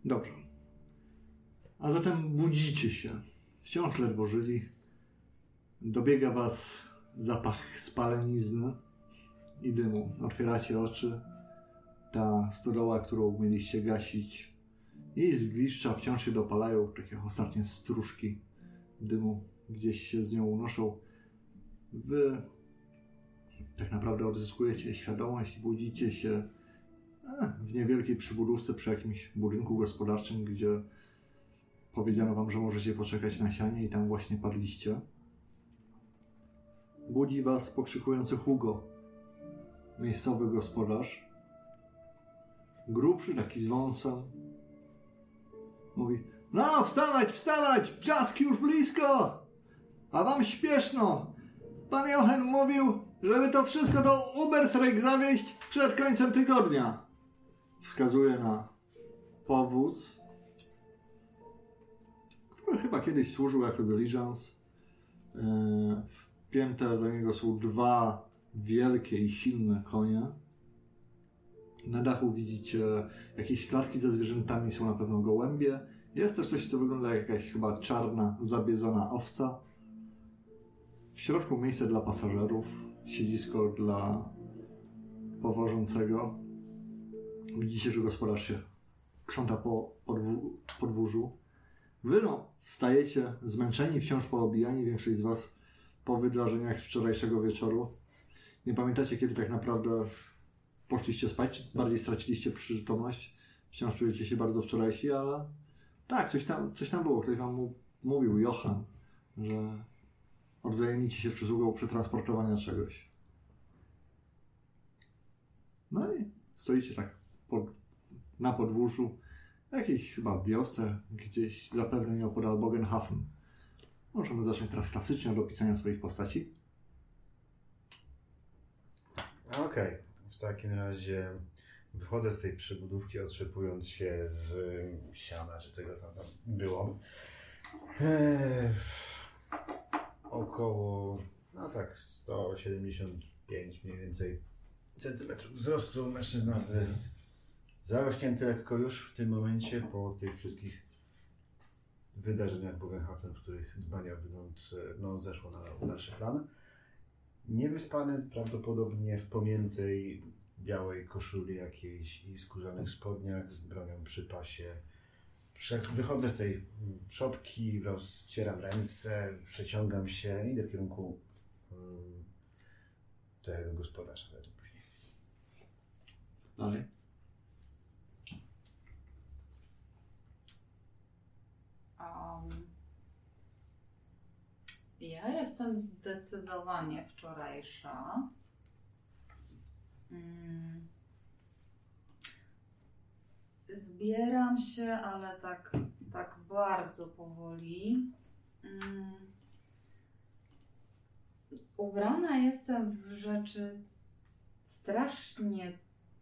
Dobrze. A zatem budzicie się. Wciąż ledwo żywi. Dobiega was zapach spalenizny i dymu. Otwieracie oczy. Ta stodoła, którą mieliście gasić, jej zgliszcza wciąż się dopalają. Takie ostatnie stróżki dymu gdzieś się z nią unoszą. Wy tak naprawdę odzyskujecie świadomość i budzicie się w niewielkiej przybudówce przy jakimś budynku gospodarczym, gdzie powiedziano wam, że możecie poczekać na sianie i tam właśnie padliście. Budzi was pokrzykujący Hugo, miejscowy gospodarz. Grubszy, taki z wąsem. Mówi: no, wstawać, wstawać! Brzask już blisko! A wam śpieszno! Pan Jochen mówił, żeby to wszystko do Ubersreich zawieźć przed końcem tygodnia. Wskazuje na powóz, który chyba kiedyś służył jako diligence. Wpięte do niego są 2 wielkie i silne konie. Na dachu widzicie jakieś klatki ze zwierzętami, są na pewno gołębie. Jest też coś, co wygląda jak jakaś chyba czarna, zabiedzona owca. W środku miejsce dla pasażerów, siedzisko dla powożącego. Widzicie, że gospodarz się krząta po podwórzu. Wy wstajecie zmęczeni, wciąż poobijani, większość z was po wydarzeniach wczorajszego wieczoru. Nie pamiętacie, kiedy tak naprawdę poszliście spać, czy bardziej straciliście przytomność. Wciąż czujecie się bardzo wczorajsi, ale tak, coś tam było. Ktoś wam mówił, Jochen, że odwzajemnicie się przysługą przetransportowania czegoś. No i stoicie tak na podwórzu, w jakiejś chyba wiosce, gdzieś zapewne nieopodal Bogenhafen. Możemy zacząć teraz klasycznie od opisania swoich postaci. Okej. W takim razie wychodzę z tej przybudówki, otrzepując się z siana, czy czego tam było. Około, 175 mniej więcej centymetrów wzrostu. Mężczyzna zarośnięty lekko już w tym momencie po tych wszystkich wydarzeniach Bogenhafen, w których dbanie o wygląd zeszło na dalszy plan. Niewyspany, prawdopodobnie w pomiętej białej koszuli jakiejś i skórzanych spodniach z bronią przy pasie. Wychodzę z tej szopki, rozcieram ręce, przeciągam się i idę w kierunku tego gospodarza. Dalej. Ja jestem zdecydowanie wczorajsza. Zbieram się, ale tak bardzo powoli. Ubrana jestem w rzeczy strasznie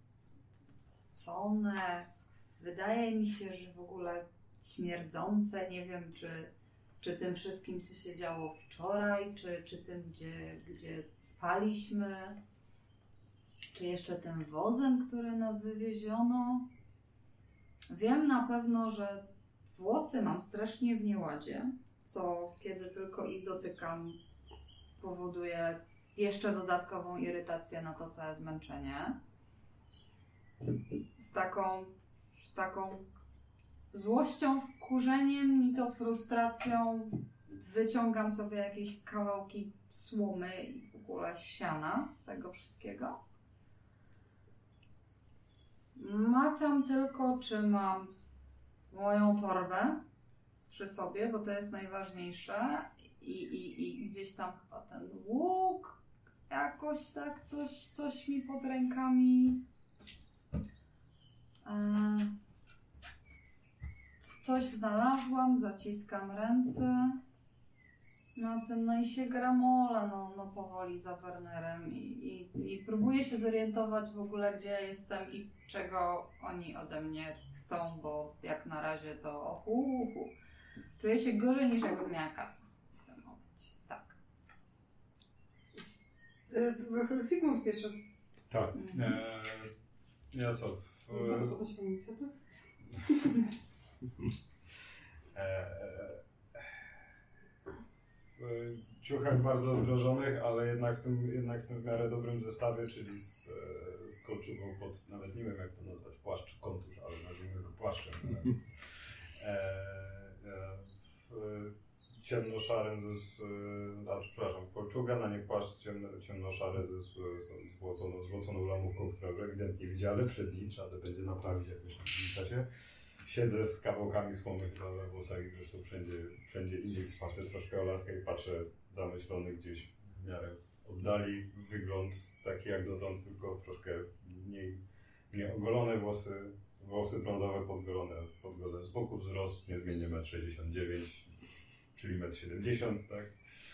spocone. Wydaje mi się, że w ogóle śmierdzące. Nie wiem, czy tym wszystkim, co się działo wczoraj, czy tym, gdzie spaliśmy, czy jeszcze tym wozem, który nas wywieziono. Wiem na pewno, że włosy mam strasznie w nieładzie, co kiedy tylko ich dotykam powoduje jeszcze dodatkową irytację na to całe zmęczenie. Z taką złością, wkurzeniem i to frustracją wyciągam sobie jakieś kawałki słomy i w ogóle siana z tego wszystkiego. Macam tylko, czy mam moją torbę przy sobie, bo to jest najważniejsze i gdzieś tam chyba ten łuk, jakoś tak coś mi pod rękami. Coś znalazłam, zaciskam ręce na tym, no i się gramolę, powoli za Wernerem i próbuję się zorientować w ogóle, gdzie jestem i czego oni ode mnie chcą, bo jak na razie to czuję się gorzej niż jakbym miała kacę w tym momencie. Tak. Sigmund pierwszy. Tak. Ja co? Bardzo podnosiłam inicjatywę. W ciuchach bardzo zgrożonych, ale jednak w tym w miarę dobrym zestawie, czyli z kolczugą pod, nawet nie wiem jak to nazwać, płaszcz kontusz, ale nazwijmy go płaszczem. Ciemnoszarym przepraszam, kolczuga, na nie płaszcz ciemnoszary ze złoconą lamówką, która już ewidentnie widziała lepsze dni, trzeba to będzie naprawić jakoś w tym czasie. Siedzę z kawałkami słomy na włosach i zresztą wszędzie indziej wsparty troszkę o laskę i patrzę zamyślony gdzieś w miarę w oddali. Wygląd taki jak dotąd, tylko troszkę mniej ogolone włosy brązowe podgolone z boku, wzrost niezmiennie 1,69 m, czyli 1,70 m, tak?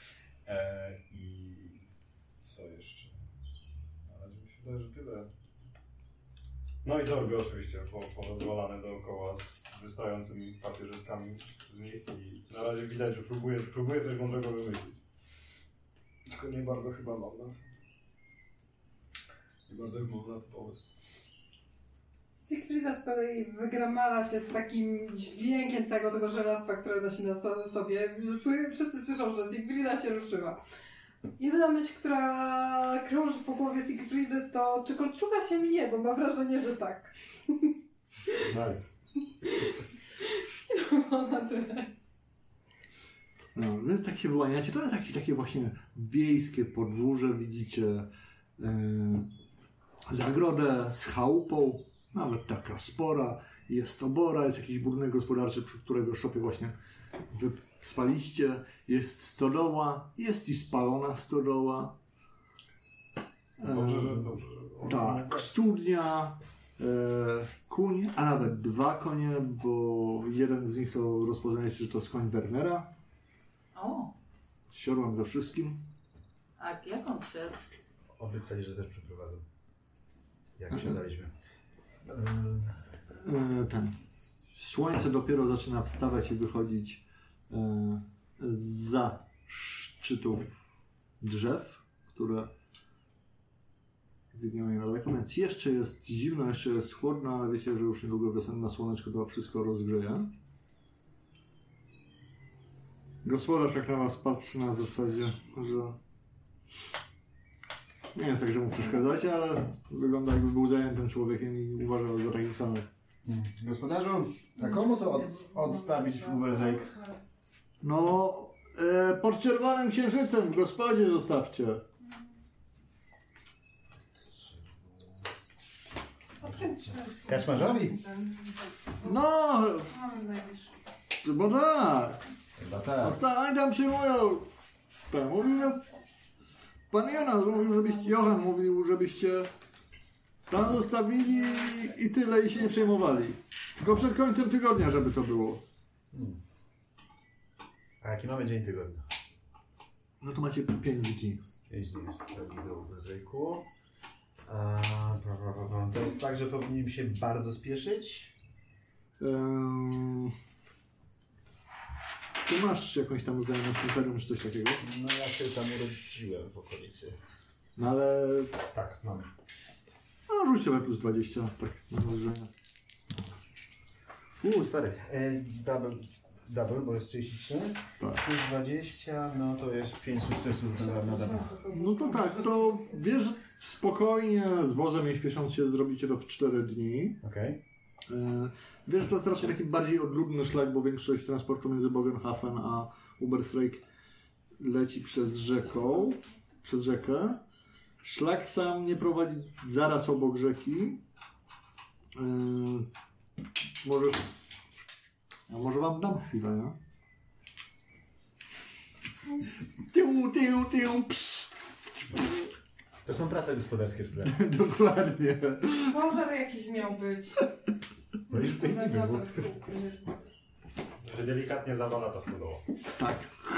I co jeszcze? Na razie mi się wydaje, że tyle. No i torby oczywiście, porozwalane dookoła z wystającymi papieżyskami z nich i na razie widać, że próbuję coś mądrego wymyślić. Tylko nie bardzo chyba mam na to. Nie bardzo chyba mam na to pomysł. Siegfrieda z kolei wygramala się z takim dźwiękiem całego tego żelastwa, które nosi na sobie. Wszyscy słyszą, że Siegfrieda się ruszyła. Jedyna myśl, która krąży po głowie Siegfriedy, to czy kolczuga się mnie, bo ma wrażenie, że tak. Nice. I to było na tyle. No, więc tak się wyłaniacie. To jest jakieś takie właśnie wiejskie podwórze. Widzicie zagrodę z chałupą, nawet taka spora. Jest obora, jest jakiś budynek gospodarczy, przy którego szopie właśnie spaliście. Jest stodoła, jest i spalona stodoła. Dobrze. Tak, studnia, kuń, a nawet 2 konie, bo jeden z nich to rozpoznajecie, że to jest koń Wernera. O, Z siodłem ze wszystkim. a jak on się... Obiecali, że też przyprowadzą. Jak wsiadaliśmy. Słońce dopiero zaczyna wstawać i wychodzić za szczytów drzew, które widnieją niedaleko, więc jeszcze jest zimno, jeszcze jest chłodno, ale wiecie, że już niedługo wiosenne słoneczko to wszystko rozgrzeje. Gospodarz jak na was patrzy na zasadzie, że nie jest tak, że mu przeszkadzacie, ale wygląda jakby był zajętym człowiekiem i uważał za takich samych. Gospodarzu, a komu to odstawić w Uberzejk? No, pod czerwonym księżycem w gospodzie zostawcie. Kaczmarzowi? No, bo tak. Chyba tak. Oni tam przyjmują. Tak, mówił, że pan Johan mówił, żebyście tam zostawili i tyle i się nie przejmowali. Tylko przed końcem tygodnia, żeby to było. A jaki mamy dzień tygodnia? No to macie 5 dni. 5 dni jest drogi do Uberzejku. To jest tak, że powinniśmy się bardzo spieszyć? Ty masz jakąś tam znajomość imperium czy coś takiego? No ja się tam urodziłem w okolicy. No ale... Tak, mam. No rzuć sobie plus 20, tak na rozgrzenie. Stary. Double, bo jest 33. Tak. Plus 20, no to jest 5 sukcesów na double. No to tak, to wiesz, spokojnie z wozem nie śpiesząc się zrobicie to w 4 dni. Okej. Wiesz, że to jest raczej taki bardziej odludny szlak, bo większość transportu między Bogenhafen a Ubersreik leci przez rzekę. Szlak sam nie prowadzi zaraz obok rzeki. Może wam dam chwilę, nie? To są prace gospodarskie w tle. Dokładnie. Pożar jakiś miał być. No już w tej chwili było. Że delikatnie zawala ta stodoła. Tak.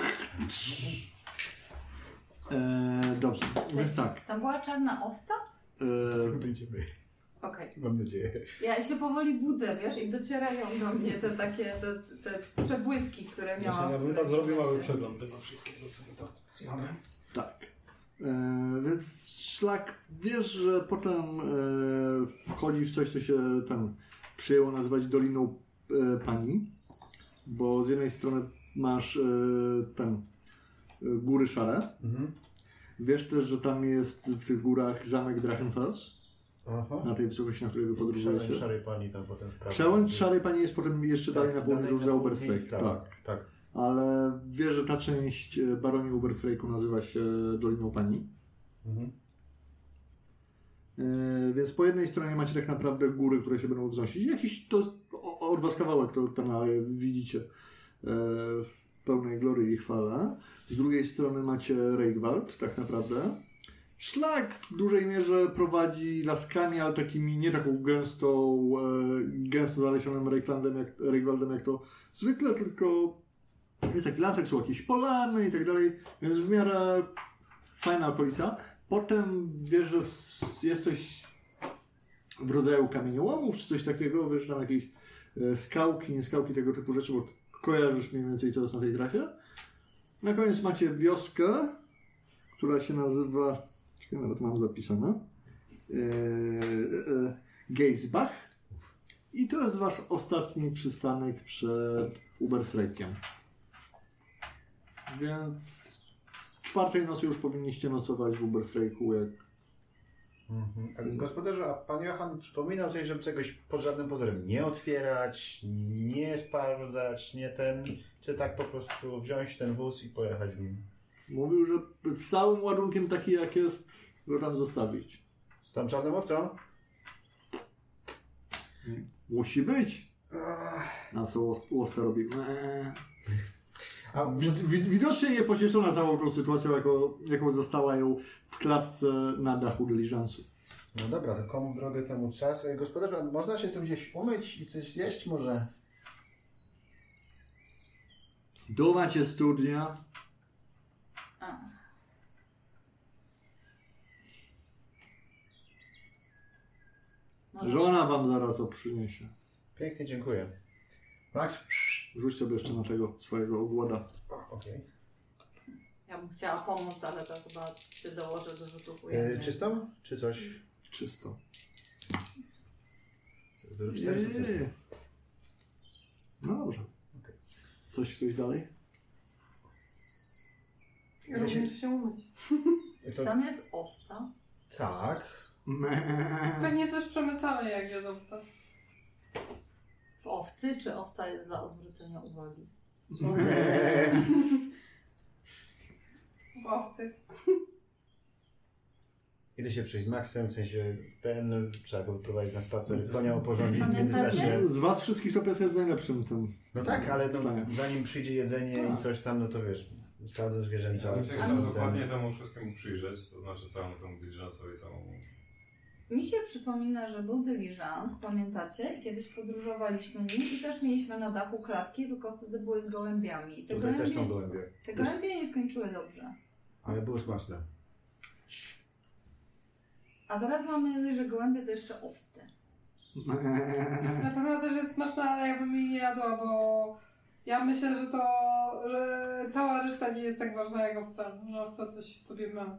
Dobrze, więc tak. Tam była czarna owca? Dojdziemy. Okej. Mam nadzieję. Ja się powoli budzę, wiesz, i docierają do mnie te takie, te przebłyski, które miałam. Ja bym tam zrobił mały przegląd tego wszystkiego, co my tam znamy. Tak. Więc szlak, wiesz, że potem wchodzisz w coś, co się tam przyjęło nazywać Doliną pani, bo z jednej strony masz góry szare. Wiesz też, że tam jest w tych górach zamek Drachenfels. Na tej wysokości, na której wy podróżujecie. Przełęcz Szarej Pani tam potem w prawo. Przełęcz Szarej Pani jest potem jeszcze dalej na południe, już za Uberstreik. Tak. Ale wiesz, że ta część baronii Uberstreiku nazywa się Doliną Pani. Więc po jednej stronie macie tak naprawdę góry, które się będą wznosić. Jakiś to jest od was kawałek, to tam widzicie w pełnej glorii i chwale. Z drugiej strony macie Reigwald, tak naprawdę. Szlak w dużej mierze prowadzi laskami, ale takimi nie taką gęsto zalesionym Reigwaldem jak to zwykle, tylko jest taki lasek, są jakieś polany i tak dalej, więc w miarę fajna okolica. Potem wiesz, że jest coś w rodzaju kamieniołomów czy coś takiego, wiesz, tam jakieś skałki, nie skałki, tego typu rzeczy, bo kojarzysz mniej więcej co jest na tej trasie. Na koniec macie wioskę, która się nazywa, nawet mam zapisane, Geisbach i to jest wasz ostatni przystanek przed Uberstreikiem. Więc czwartej nocy już powinniście nocować w Uberstreiku, jak... Gospodarzu, a pan Johan wspominał coś, żeby czegoś pod żadnym pozorem nie otwierać, nie sprawdzać, czy tak po prostu wziąć ten wóz i pojechać z nim? Mówił, że z całym ładunkiem taki jak jest, go tam zostawić. Z tą czarną owcą? Musi być. Na co łowca robi. Widocznie nie pocieszona całą tą sytuacją, jaką zastała ją w klatce na dachu dyliżansu. No dobra, to komu drogę, temu czas. Gospodarzu, a można się tu gdzieś umyć i coś zjeść może? Tu macie studnia. Żona wam zaraz o przyniesie. Pięknie, dziękuję. Max? Rzuć sobie jeszcze na tego swojego ogłoda. Okej. Ja bym chciała pomóc, ale to chyba się dołożę do rzutów Czystą? Czy coś? Czysto. 0,4 sukcesy. No dobrze. Okay. Coś dalej? Również się umyć. Czy tam jest owca? Tak. Pewnie coś przemycamy, jak jest owca. W owcy, czy owca jest dla odwrócenia uwagi? W owcy. Idę się przejść z Maxem, w sensie trzeba go wyprowadzić na spacer, konia oporządzić w Pamiętacie? międzyczasie. Z was wszystkich to pies jest najlepszym tym. No tak, ale no, Stanie. zanim przyjdzie jedzenie i coś tam, no to wiesz, sprawdzę zwierzęta. Ja bym się chciał dokładnie temu wszystkiemu przyjrzeć, to znaczy całemu temu diligensowi, całemu... Mi się przypomina, że był dyliżans, pamiętacie? I kiedyś podróżowaliśmy nim i też mieliśmy na dachu klatki, tylko wtedy były z gołębiami. I te Tutaj też są gołębie. Te gołębie nie skończyły dobrze. Ale były smaczne. A teraz mamy, że gołębie to jeszcze owce. Na pewno też jest smaczna, ale ja bym jej nie jadła, bo ja myślę, że cała reszta nie jest tak ważna jak owca. Że owca coś sobie ma.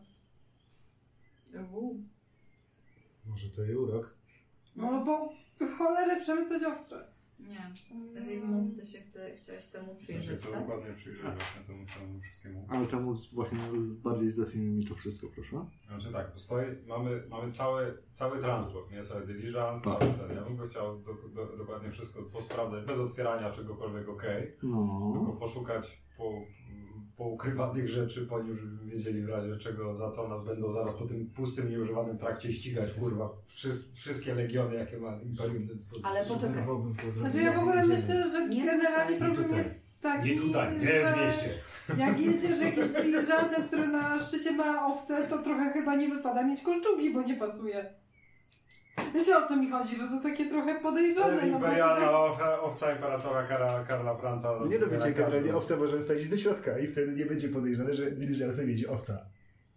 Może to i urok. No bo cholerę przemycać owce. Nie. Zygmunt, ty się chciałeś temu przyjrzeć, Ja się tak? dokładnie przyjrzeć właśnie temu całemu wszystkiemu. Ale temu właśnie bardziej zdefiniuj mi to wszystko, proszę. Znaczy tak, mamy cały transport, nie? Cały dyliżans, Tak. cały ten. Ja bym go chciał dokładnie wszystko posprawdzać, bez otwierania czegokolwiek, No. tylko poszukać po ukrywanych rzeczy, po nim, żeby wiedzieli w razie czego, za co nas będą zaraz po tym pustym, nieużywanym trakcie ścigać, kurwa, wszystkie legiony, jakie ma Imperium do dyspozycji. Ale poczekaj. Znaczy ja w ogóle myślę, że Nie generalnie tutaj. problem jest taki, Nie tutaj, nie że w mieście. jak jedziesz jakimś dyliżansem, który na szczycie ma owce, to trochę chyba nie wypada mieć kolczugi, bo nie pasuje. Wiecie, o co mi chodzi, że to takie trochę To podejrzane. jest no bo imperialna owca imperatora Karla Franca. Nie robicie generalnie owce możemy wsadzić do środka i wtedy nie będzie podejrzane, że diligencem jedzie owca.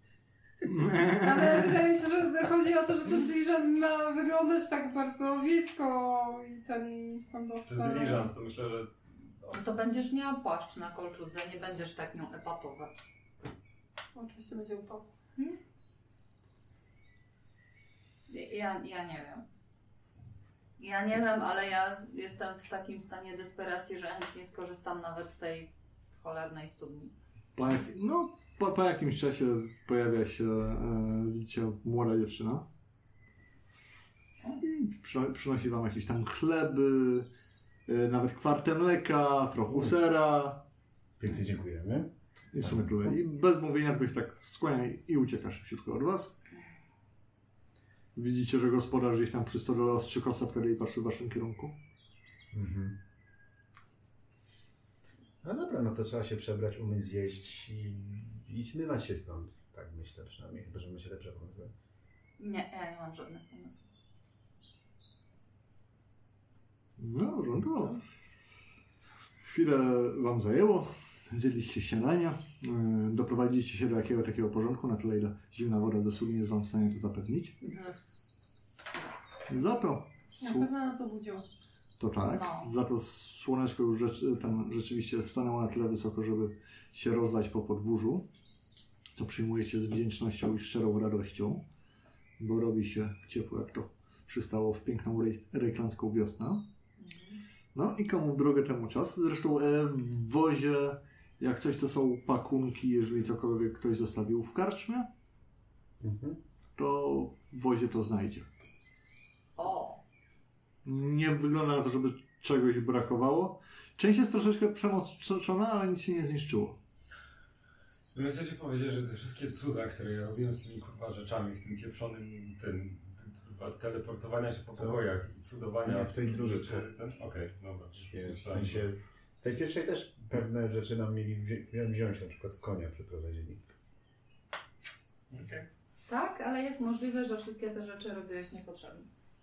Ale wydaje mi się, że chodzi o to, że ten dyliżans ma wyglądać tak bardzo wiejsko i ten standowca. To jest dyliżans, to myślę, że... No to będziesz miała płaszcz na kolczudze, nie będziesz tak nią epatować. Oczywiście będzie upał. Ja nie wiem. Ja nie wiem, ale ja jestem w takim stanie desperacji, że chętnie skorzystam nawet z tej cholernej studni. Po jakimś czasie pojawia się, widzicie, młoda dziewczyna. I przynosi wam jakieś tam chleby, nawet kwartę mleka, trochę sera. Pięknie dziękujemy. I w sumie tyle. I bez mówienia tylko się tak skłania i ucieka szybciutko od was. Widzicie, że gospodarz gdzieś tam przy stole ostrzy kosa wtedy i patrzy w waszym kierunku. No dobra, no to trzeba się przebrać, umyć, zjeść i zmywać się stąd. Tak myślę przynajmniej, chyba że macie lepsze pomysły. Nie, ja nie mam żadnych pomysłów. No dobrze, no to chwilę wam zajęło. Zjedliście śniadania. Doprowadziliście się do jakiego takiego porządku, na tyle ile zimna woda ze studni jest wam w stanie to zapewnić. Za to Na pewno nas obudził. to tak. No. Za to słoneczko już rzeczywiście stanęło na tyle wysoko, żeby się rozlać po podwórzu, co przyjmujecie z wdzięcznością i szczerą radością, bo robi się ciepło, jak to przystało w piękną rejklandzką wiosnę. No i komu w drogę temu czas. Zresztą w wozie, jak coś, to są pakunki, jeżeli cokolwiek ktoś zostawił w karczmie, to w wozie to znajdzie. O! Nie wygląda na to, żeby czegoś brakowało. Część jest troszeczkę przemoczona, ale nic się nie zniszczyło. Wy chcecie powiedzieć, że te wszystkie cuda, które ja robiłem z tymi kurwa rzeczami w tym pieprzonym teleportowania się po pokojach i cudowania z tej drugiej rzeczy. Okej, dobra. W sensie, z tej pierwszej też pewne rzeczy nam mieli wziąć, na przykład konia przyprowadzili. Okay. Tak, ale jest możliwe, że wszystkie te rzeczy robiłeś niepotrzebnie.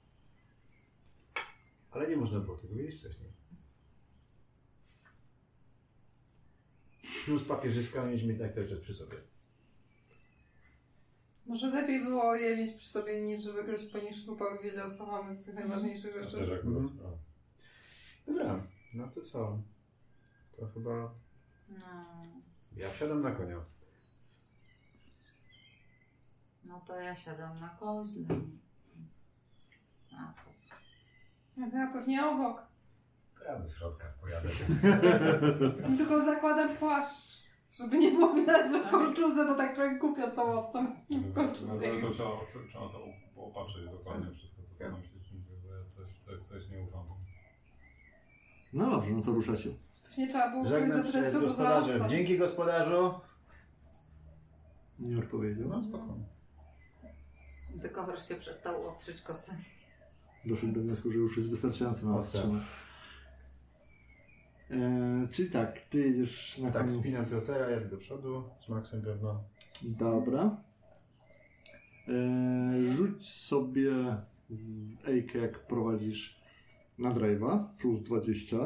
Ale nie można było tego wiedzieć wcześniej. Plus papierzyska mieliśmy tak cały czas przy sobie. Może lepiej było je mieć przy sobie, niż żeby ktoś po nich szlupał i wiedział, co mamy z tych najważniejszych rzeczy. Też akurat sprawa. Dobra, no to co? To chyba... Ja wsiadam na konia. No to ja siadam na koźle. A co? Ja pewnie obok. To ja do środka pojadę. Tylko zakładam płaszcz, żeby nie było widać, że w kolczudze, bo tak trochę głupio z tą owcą w No kolczudze. to trzeba to opatrzyć dokładnie wszystko, co tam się dzieje, bo ja coś nie ufam. No dobrze, no to ruszacie. Nie trzeba było Żegnam zapytać, się z co to za gospodarzem. owca. Dzięki gospodarzu. Nie odpowiedział. No spokojnie. Tylko wreszcie przestał ostrzyć kosę. Doszedł do wniosku, że już jest wystarczająco na ostrzymać. Czyli tak, ty jedziesz na Tak, koniu. spinam trotera, jadę do przodu, z Maxem pewno. Dobra. Rzuć sobie z Ejkę, jak prowadzisz na drive'a, plus 20.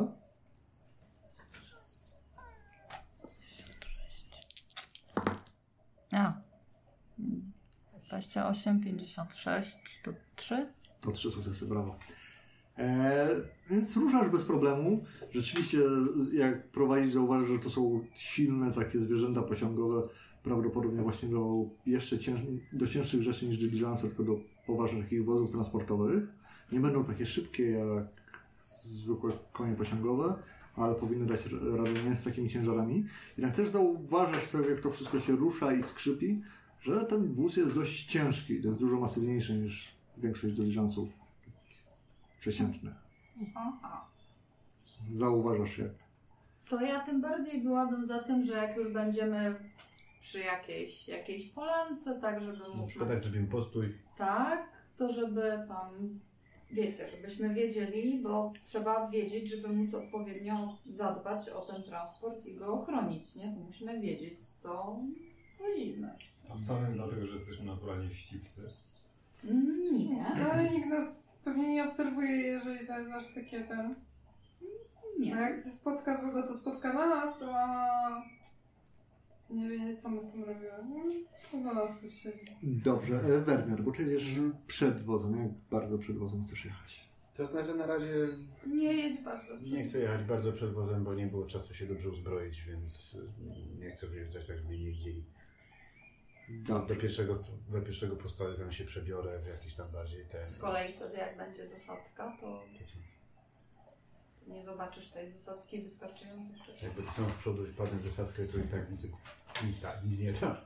A. 28, 56, to 3. To 3 sukcesy, brawo. Więc ruszasz bez problemu. Rzeczywiście, jak prowadzisz, zauważysz, że to są silne takie zwierzęta pociągowe, prawdopodobnie właśnie do cięższych rzeczy niż diligence, tylko do poważnych takich wozów transportowych. Nie będą takie szybkie jak zwykłe konie pociągowe, ale powinny dać radę nie z takimi ciężarami. Jednak też zauważasz sobie, jak to wszystko się rusza i skrzypi, że ten wóz jest dość ciężki, to jest dużo masywniejszy niż większość diligence'ów przeciętnych. Zauważasz jak. To ja tym bardziej byłabym za tym, że jak już będziemy przy jakiejś polance, tak żeby Na móc... przykład jak zrobimy postój. Tak, to żeby tam, wiecie, żebyśmy wiedzieli, bo trzeba wiedzieć, żeby móc odpowiednio zadbać o ten transport i go ochronić, nie? To musimy wiedzieć, co wozimy. To wcale dlatego, że jesteśmy naturalnie wścibscy. Nie. Wcale nikt nas pewnie nie obserwuje, jeżeli to jest aż takie ten... A Nie. jak się spotka złego, to spotka nas, a... Nie wiedzieć, co my z tym robimy. To do nas ktoś siedzi. Dobrze, Werner, bo ty jedziesz przed wozem. Jak bardzo przed wozem chcesz jechać? To znaczy na razie Nie jedź bardzo. nie chcę jechać bardzo przed wozem, bo nie było czasu się dobrze uzbroić, więc nie chcę wyjeżdżać tak, żeby mnie nie widzieli. Dobrze. Do pierwszego postoju tam się przebiorę w jakiś tam bardziej ten... Z kolei wtedy jak będzie zasadzka, to nie zobaczysz tej zasadzki wystarczająco wcześnie. Jakby sam z przodu wpadnę w zasadzkę, to i tak nic nie da.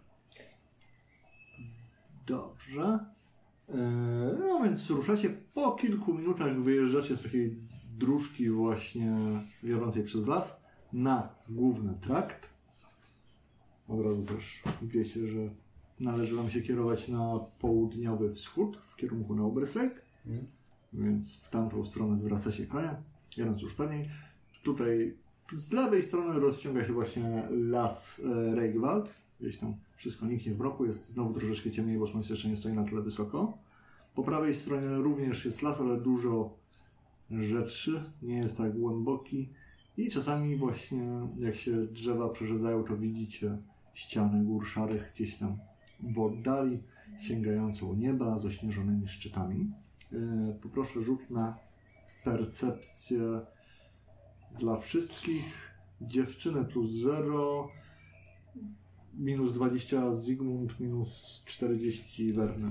Dobrze. No więc ruszacie. Po kilku minutach wyjeżdżacie z takiej dróżki właśnie wiodącej przez las na główny trakt. Od razu też wiecie, że należy wam się kierować na południowy wschód w kierunku na Oberslake. Więc w tamtą stronę zwraca się konia, jadąc już pewniej. Tutaj z lewej strony rozciąga się właśnie las Reigwald. Gdzieś tam wszystko niknie w mroku, jest znowu troszeczkę ciemniej, bo słońce jeszcze nie stoi na tyle wysoko. Po prawej stronie również jest las, ale dużo rzeczy, nie jest tak głęboki. I czasami właśnie jak się drzewa przerzedzają, to widzicie ściany gór szarych gdzieś tam w oddali, sięgającą nieba z ośnieżonymi szczytami. Poproszę rzut na percepcję dla wszystkich. Dziewczyny plus 0, minus 20 Zygmunt, minus 40 Werner.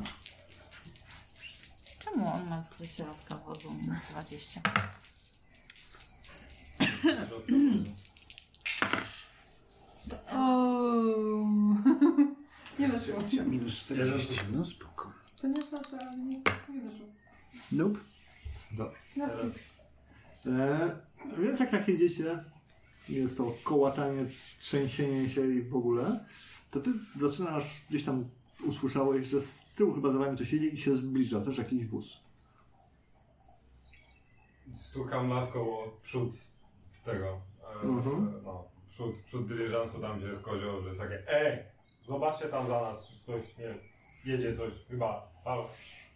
Czemu on ma ze środka wozu minus 20? Nie weszło. Minus 40, no spoko. To nie jest nas, ale nie weszło. Nope. Dobrze. Następ. Więc jak tak jedziecie, jest to kołatanie, trzęsienie się i w ogóle, to ty zaczynasz, gdzieś tam usłyszałeś, że z tyłu chyba za wami coś jedzie i się zbliża, też jakiś wóz. Stukam laską o przód tego, no, przód dyliżansu tam, gdzie jest kozioł, że jest takie zobaczcie tam za nas, czy ktoś nie jedzie coś, chyba, halo.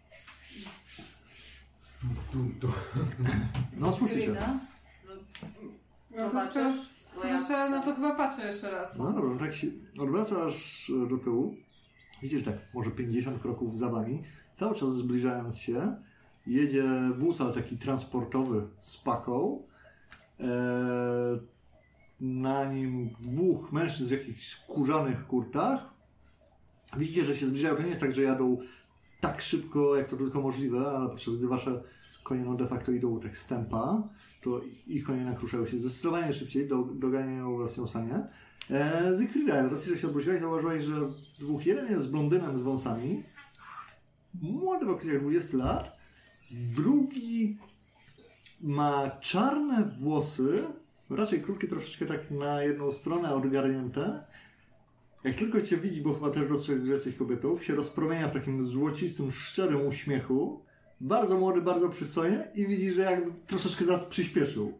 No, słyszy się. No to skoro słyszę, no to chyba patrzę jeszcze raz. No dobra, tak się odwracasz do tyłu, widzisz tak, może 50 kroków za wami, cały czas zbliżając się, jedzie wóz, ale taki transportowy z paką. Na nim dwóch mężczyzn w jakichś skórzanych kurtach. Widzicie, że się zbliżają. To nie jest tak, że jadą tak szybko, jak to tylko możliwe, ale podczas gdy wasze konie no de facto idą tak z tempa, to ich konie nakruszają się zdecydowanie szybciej, doganiają was wiązanie. Zygfrida, raz, że się obróciłaś, zauważyłaś, że dwóch, jeden jest blondynem z wąsami, młody w okolicach 20 lat, drugi ma czarne włosy, raczej krótkie, troszeczkę tak na jedną stronę odgarnięte. Jak tylko cię widzi, bo chyba też dostrzegł, że jesteś kobietą, się rozpromienia w takim złocistym, szczerym uśmiechu. Bardzo młody, bardzo przystojny i widzi, że jakby troszeczkę przyspieszył.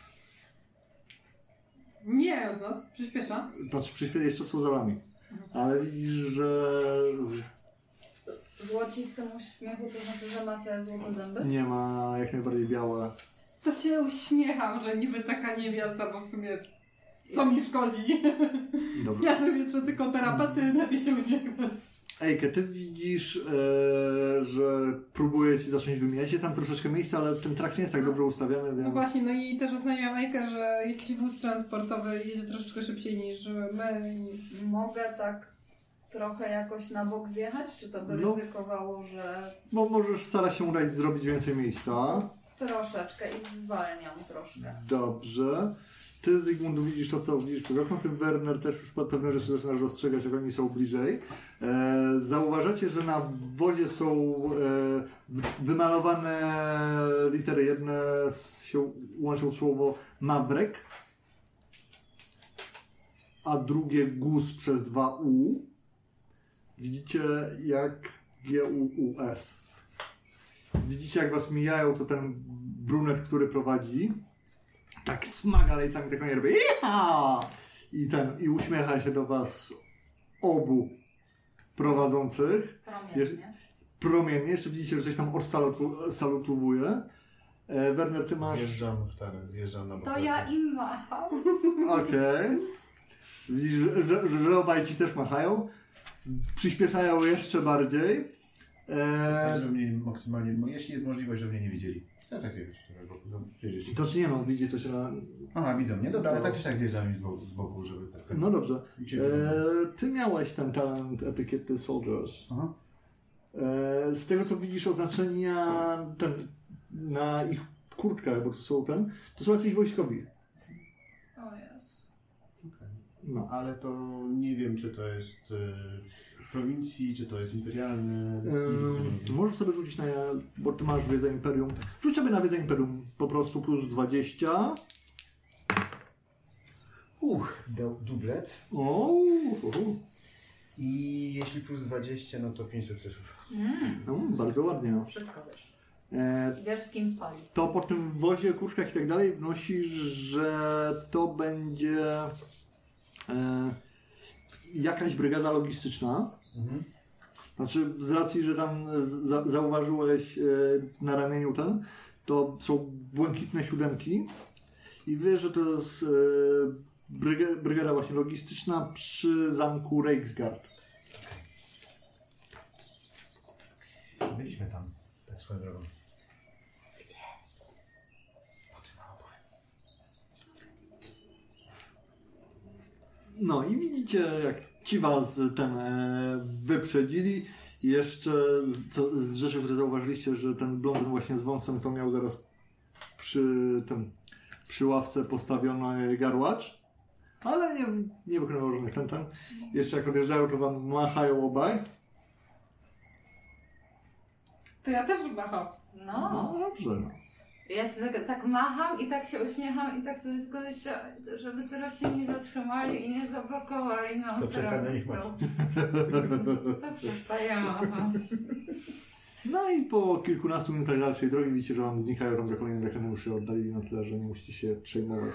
Mijając nas, przyspiesza. Znaczy przyspiesza, jeszcze są za wami. Ale widzisz, że Złocistym uśmiechu to znaczy, że ma sobie złote zęby? nie ma, jak najbardziej białe. To się uśmiecham, że niby taka niewiasta, bo w sumie co mi szkodzi. Dobra. Ja to wieczę tylko terapeuty, lepiej się uśmiechnąć. Ejke, ty widzisz, że próbuje ci zacząć wymieniać. Jest tam troszeczkę miejsca, ale ten trakt nie jest tak dobrze ustawiony, więc... No właśnie, no i też oznajmiam Ejkę, że jakiś wóz transportowy jedzie troszeczkę szybciej niż my. Mogę tak trochę jakoś na bok zjechać? Czy to by No. ryzykowało, że Bo możesz starać się udać zrobić więcej miejsca. troszeczkę i zwalniam troszkę? Dobrze. Ty, Zygmundu, widzisz to, co widzisz przez okno. Ty, Werner, też już pewne rzeczy zaczynasz dostrzegać, jak oni są bliżej. Zauważacie, że na wozie są wymalowane litery. Jedne się łączą w słowo Mawrek, a drugie GUS przez 2 U. Widzicie jak GUUS. Widzicie, jak was mijają, to ten brunet, który prowadzi, tak smaga lejcami, taką nie robi i uśmiecha się do was obu prowadzących. Promiennie. Promiennie, jeszcze widzicie, że coś tam odsalutowuje. Werner, ty masz... Zjeżdżam na To motorze. ja im macham. Okej. Widzisz, że obaj ci też machają. Przyspieszają jeszcze bardziej. Żeby mnie maksymalnie, jeśli jest możliwość, żeby mnie nie widzieli. Chcę tak zjechać tutaj na boku, no, przejdziecie. To czy nie no, widzicie to się na... Aha, widzą mnie. Dobra, ale tak czy tak zjeżdżam z boku, żeby tak... No dobrze. I ciebie. Ty miałeś ten talent etykiety Soldiers. Aha. Z tego co widzisz oznaczenia na ich kurtkach, bo to są jacyś wojskowi. O jest. No. Ale to nie wiem, czy to jest prowincji, czy to jest imperialne. Możesz sobie rzucić na... bo ty masz wiedzę Imperium. Rzuć sobie na wiedzę Imperium po prostu plus 20. Dublet. I jeśli plus 20, no to 5 sukcesów. Bardzo ładnie. Wszystko wiesz. E, Wiesz, z kim spali. to po tym wozie, kurczkach i tak dalej wnosisz, że to będzie jakaś brygada logistyczna. Znaczy z racji, że tam zauważyłeś na ramieniu to są błękitne siódemki i wiesz, że to jest brygada właśnie logistyczna przy zamku Reiksgard. Byliśmy tam, tak swoją drogą. Gdzie? O tym wam opowiem. No i widzicie, jak ci was wyprzedzili. I jeszcze z rzeczy, które zauważyliście, że ten blondyn właśnie z wąsem to miał zaraz przy ławce postawiony garłacz. Ale nie wykonywał żadnych ten. Jeszcze jak odjeżdżają, to wam machają obaj. To ja też macham. No. Dobrze, no. Ja się tak macham i tak się uśmiecham i tak sobie tylko myślę, żeby teraz się nie zatrzymali i nie zablokowali. No, To przestań do nich machać. To przestaję machać. No i po kilkunastu minutach dalszej drogi widzicie, że wam znikają tam za kolejnym zakrętem, już się oddalili na tyle, że nie musicie się przejmować.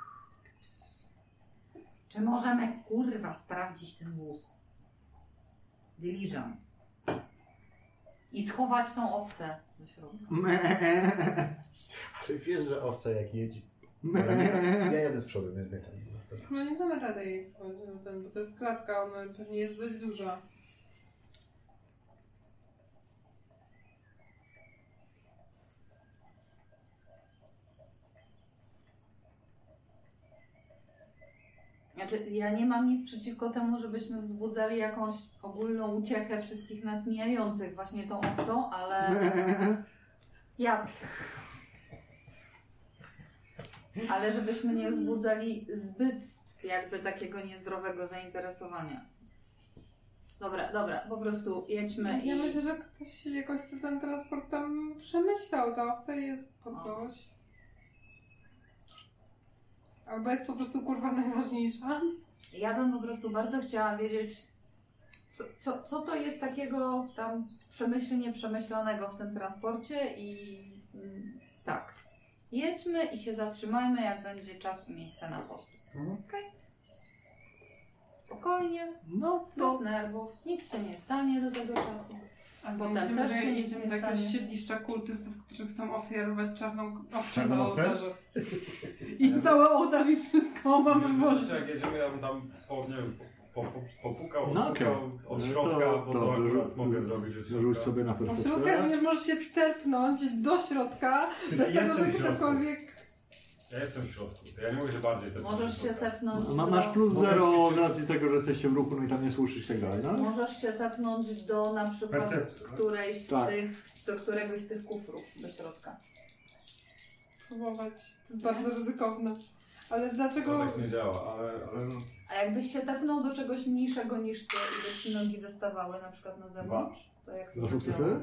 Czy możemy, kurwa, sprawdzić ten wóz? Diligence. I schować tą owcę do środka. Ale wiesz, że owca jak jedzie. Ja jadę z przodu, więc mnie tam nie ma. No nie damy rady jej schować, bo to jest klatka, ona pewnie jest dość duża. Znaczy, ja nie mam nic przeciwko temu, żebyśmy wzbudzali jakąś ogólną uciechę wszystkich nas mijających właśnie tą owcą, ale ale żebyśmy nie wzbudzali zbyt jakby takiego niezdrowego zainteresowania. Dobra, po prostu jedźmy Ja myślę, że ktoś jakoś sobie ten transport tam przemyślał, ta owca jest po coś. Albo jest po prostu kurwa najważniejsza. Ja bym po prostu bardzo chciała wiedzieć, co to jest takiego tam przemyślnie przemyślanego w tym transporcie i tak. Jedźmy i się zatrzymajmy, jak będzie czas i miejsce na postup. Okej? Spokojnie, No to... bez nerwów, nic się nie stanie do tego czasu. A Potem potem też też się nic jedziemy nie do jakiegoś stanie. siedliszcza kultystów, którzy chcą ofiarować czarną owcę Czarną na owcę? ołtarzu. I cały ołtarz i wszystko mamy w Myślę, wozie. jak jedziemy, ja bym tam nie wiem, popukał, No odstukał okej. od No środka, to bo to dobrze, akurat mogę zrobić od Rzuć środka. sobie na Od środka percepcję. również możesz się tepnąć do środka, bez tego, jestem żeby w środku. ktokolwiek... Ja jestem w środku, to ja nie mogę się bardziej tepnąć. Możesz się tepnąć Masz plus Mogę 0 ćwiczyć. z racji tego, że jesteście w ruchu, no i tam nie słyszysz tak dalej, no? Możesz się tepnąć do na przykład Percepcji, tak? którejś Tak. do któregoś z tych kufrów do środka. Próbować. To jest bardzo ryzykowne. Ale dlaczego... To tak nie działa, ale no, A jakbyś się tepnął do czegoś mniejszego niż ty i by ci nogi wystawały na przykład na zewnątrz, to jak to Za sukcesy? działa?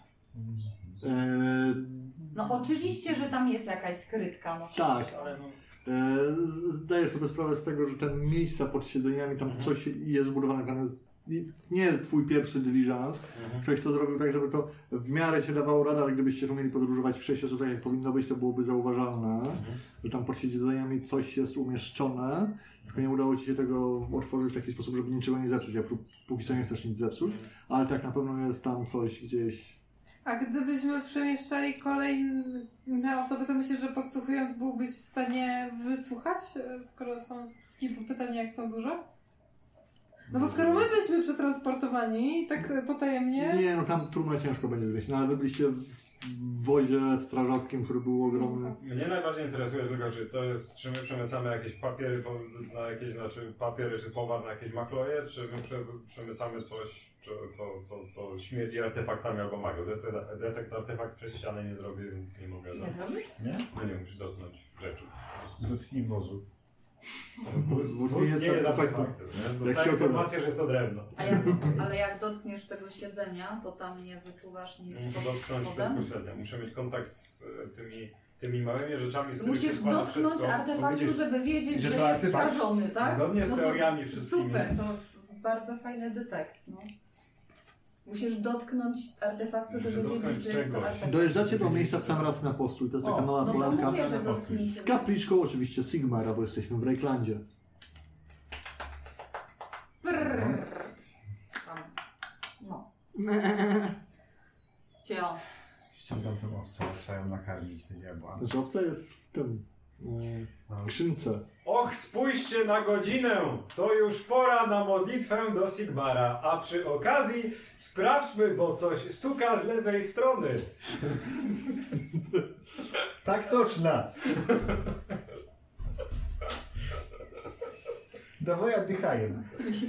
No oczywiście, że tam jest jakaś skrytka. No Tak. ale no, Zdaję sobie sprawę z tego, że te miejsca pod siedzeniami, tam coś jest zbudowane, tam jest nie twój pierwszy diligence. Ktoś to zrobił tak, żeby to w miarę się dawało radę, ale gdybyście umieli podróżować w 6 osób, tak jak powinno być, to byłoby zauważalne, że tam pod siedzeniami coś jest umieszczone, tylko nie udało ci się tego otworzyć w taki sposób, żeby niczego nie zepsuć. Ja póki co nie chcesz nic zepsuć, ale tak na pewno jest tam coś gdzieś. A gdybyśmy przemieszczali kolejne osoby, to myślę, że podsłuchując byłbyś w stanie wysłuchać, skoro są pytania, jak są duże? No bo skoro my byliśmy przetransportowani, tak potajemnie... Nie, no tam trumnę ciężko będzie zwieść, no ale wy byliście w wozie strażackim, który był ogromny. Mnie najbardziej interesuje tylko, czy my przemycamy jakieś papiery na jakieś, papiery czy towar na jakieś makloje, czy my przemycamy coś, co śmierdzi artefaktami albo magią. Detekt artefakt przez ścianę nie zrobię, więc nie mogę. Nie zrobisz? Nie? No nie, musisz dotknąć rzeczy. Dotknij wozu. Wóz nie jest artefaktem. Dostałem informację, że jest to drewno. Ale jak dotkniesz tego siedzenia, to tam nie wyczuwasz nic Muszę pod dotknąć spodem? bezpośrednio. Muszę mieć kontakt z tymi małymi rzeczami, z których Musisz się składa dotknąć wszystko. artefaktu, żeby wiedzieć, że że to jest artefakt? skażony, tak? Zgodnie z No to teoriami wszystkimi. Super, to bardzo fajny detekt. No. Musisz dotknąć artefaktu, Muszę żeby dotknąć wiedzieć, że jest to czegoś. artefakt. Dojeżdżacie do miejsca w sam raz na postój, to jest taka mała No bo polanka. mówię, że dotknij Z się. kapliczką oczywiście Sigmara, bo jesteśmy w Rejklandzie. Brrr. Tam. No. Cio. Ściągam tą owcę, trzeba ją nakarmić, te diabła. Znaczy owca jest w tym, w skrzynce. Och, spójrzcie na godzinę! To już pora na modlitwę do Sigmara, a przy okazji sprawdźmy, bo coś stuka z lewej strony. Tak toczna! Dawaj oddychajem.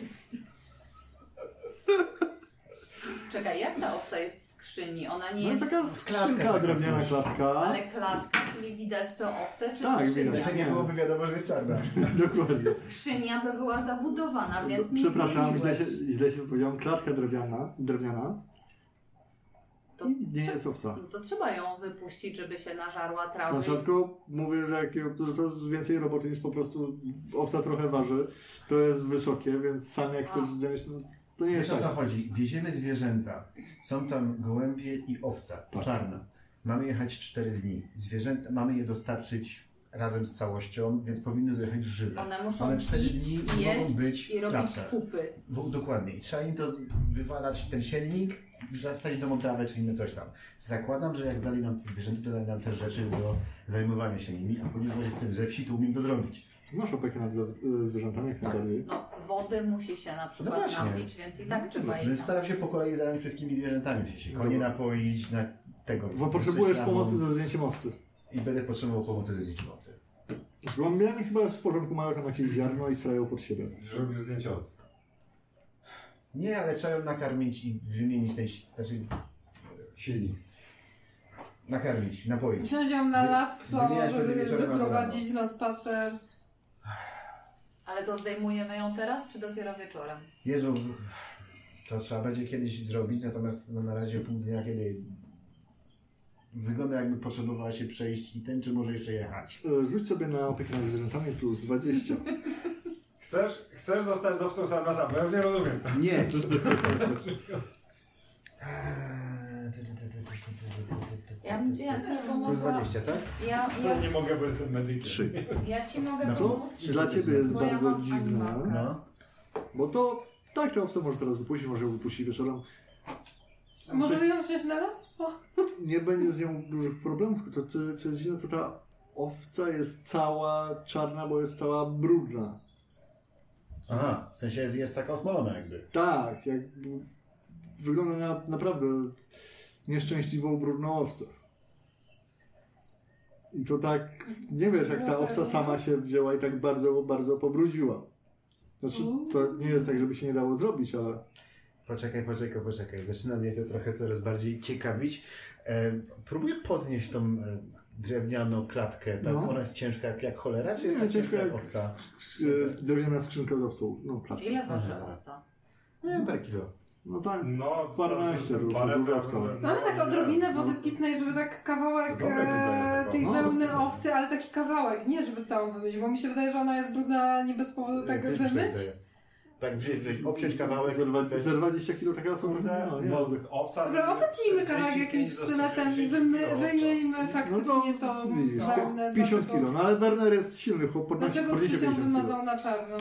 Czekaj, jak ta owca jest w skrzyni? Ona nie No jest jest... taka skrzynka, taka drewniana coś. klatka. Ale klatka, czyli widać tą owcę, czy Tak, skrzynia? widać. Znaczy nie byłoby wiadomo, że jest czarna. Dokładnie. Skrzynia by była zabudowana, więc mi Przepraszam, zmieniłeś. źle się wypowiedziałem. Klatka drewniana. To, I nie jest owca. to trzeba ją wypuścić, żeby się nażarła trawy. Znaczy, tylko mówię, że to jest więcej roboty niż po prostu owca trochę waży. To jest wysokie, więc sam jak chcesz zdjąć, no, to nie Wiesz jest o co tak. chodzi? Wieziemy zwierzęta. Są tam gołębie i owca. Tak. Czarna. Mamy jechać 4 dni. Zwierzęta mamy je dostarczyć razem z całością, więc powinny dojechać żywe. One muszą One 4 pić, dni jeść mogą być i w robić klapkach. kupy. Dokładnie. I trzeba im to wywalać ten silnik, wsadzić do trawę czy inne coś tam. Zakładam, że jak dali nam te zwierzęta, to dali nam też rzeczy do zajmowania się nimi, a ponieważ jestem ze wsi, to umiem to zrobić. Masz opiekę nad zwierzętami jak najbardziej. No, wody musi się na przykład No właśnie. napić, więc i tak trzeba jej Więc tam. staram się po kolei zająć wszystkimi zwierzętami. W sensie konie napoić, na tego. Bo potrzebujesz trawą pomocy ze zdjęciem owcy. I będę potrzebował pomocy ze zdjęciem owcy. Z gołębiami chyba jest w porządku, mają tam jakieś ziarno i srają pod siebie. Że robił zdjęcie od. Nie, ale trzeba ją nakarmić i wymienić ten... Znaczy, Silnik. nakarmić, napoić. Wziąć ją na lasso, wymieniać będę żeby wieczorem albo wyprowadzić na spacer. Ale to zdejmujemy ją teraz, czy dopiero wieczorem? Jezu, to trzeba będzie kiedyś zrobić, natomiast no, na razie pół dnia, kiedy wygląda jakby potrzebowała się przejść i ten, czy może jeszcze jechać. Rzuć sobie na opiekę nad zwierzętami plus 20. Chcesz zostać z owcą sam na sam? Bo ja już nie rozumiem. Nie! Ja tylko Plus mogła... 20, tak? Nie mogę, bo jestem medykiem. 3. Ja ci mogę No Co pomóc? dla ciebie jest Bo ja bardzo mam dziwne, animalkę. No. bo to tak, tę owcę może teraz wypuścić, może ją wypuścić wieczorem. Możemy ją wziąć na lasso? Nie będzie z nią dużych problemów, tylko to co jest dziwne, to ta owca jest cała czarna, bo jest cała brudna. Aha, w sensie jest taka osmolona jakby. Tak, jakby wygląda na naprawdę nieszczęśliwą, brudną owcę. I to tak, nie wiesz, jak ta owca sama się wzięła i tak bardzo, bardzo pobrudziła. Znaczy, to nie jest tak, żeby się nie dało zrobić, ale... Poczekaj. Zaczyna mnie to trochę coraz bardziej ciekawić. Próbuję podnieść tą drewnianą klatkę. Tak? No. Ona jest ciężka jak cholera, czy jest Nie, tak ciężka jak jak owca? drewniana skrzynka z owcą. No, klatka. Ile waży owca? Nie, parę kilo. No tak, No, paręnaście już, dużo owca. Mamy tak odrobinę wody pitnej, żeby tak kawałek To dobre tutaj jest taka. tej No, wełny to- owcy, ale taki kawałek, nie żeby całą wymyć, bo mi się wydaje, że ona jest brudna nie bez powodu tak Też mi się wymyć. wydaje. Tak obciąć kawałek. Za 20 kilo taka owca? Kurde, No, nie. no, owca... Dobra, obetnijmy kawałek jakimś sztyletem i wyjmijmy faktycznie to widzisz, wełnę. 50 dlatego- kilo, no ale Werner jest silny, chłop Dlaczego podniesie ktoś ją 50 kilo. wymazał na czarno?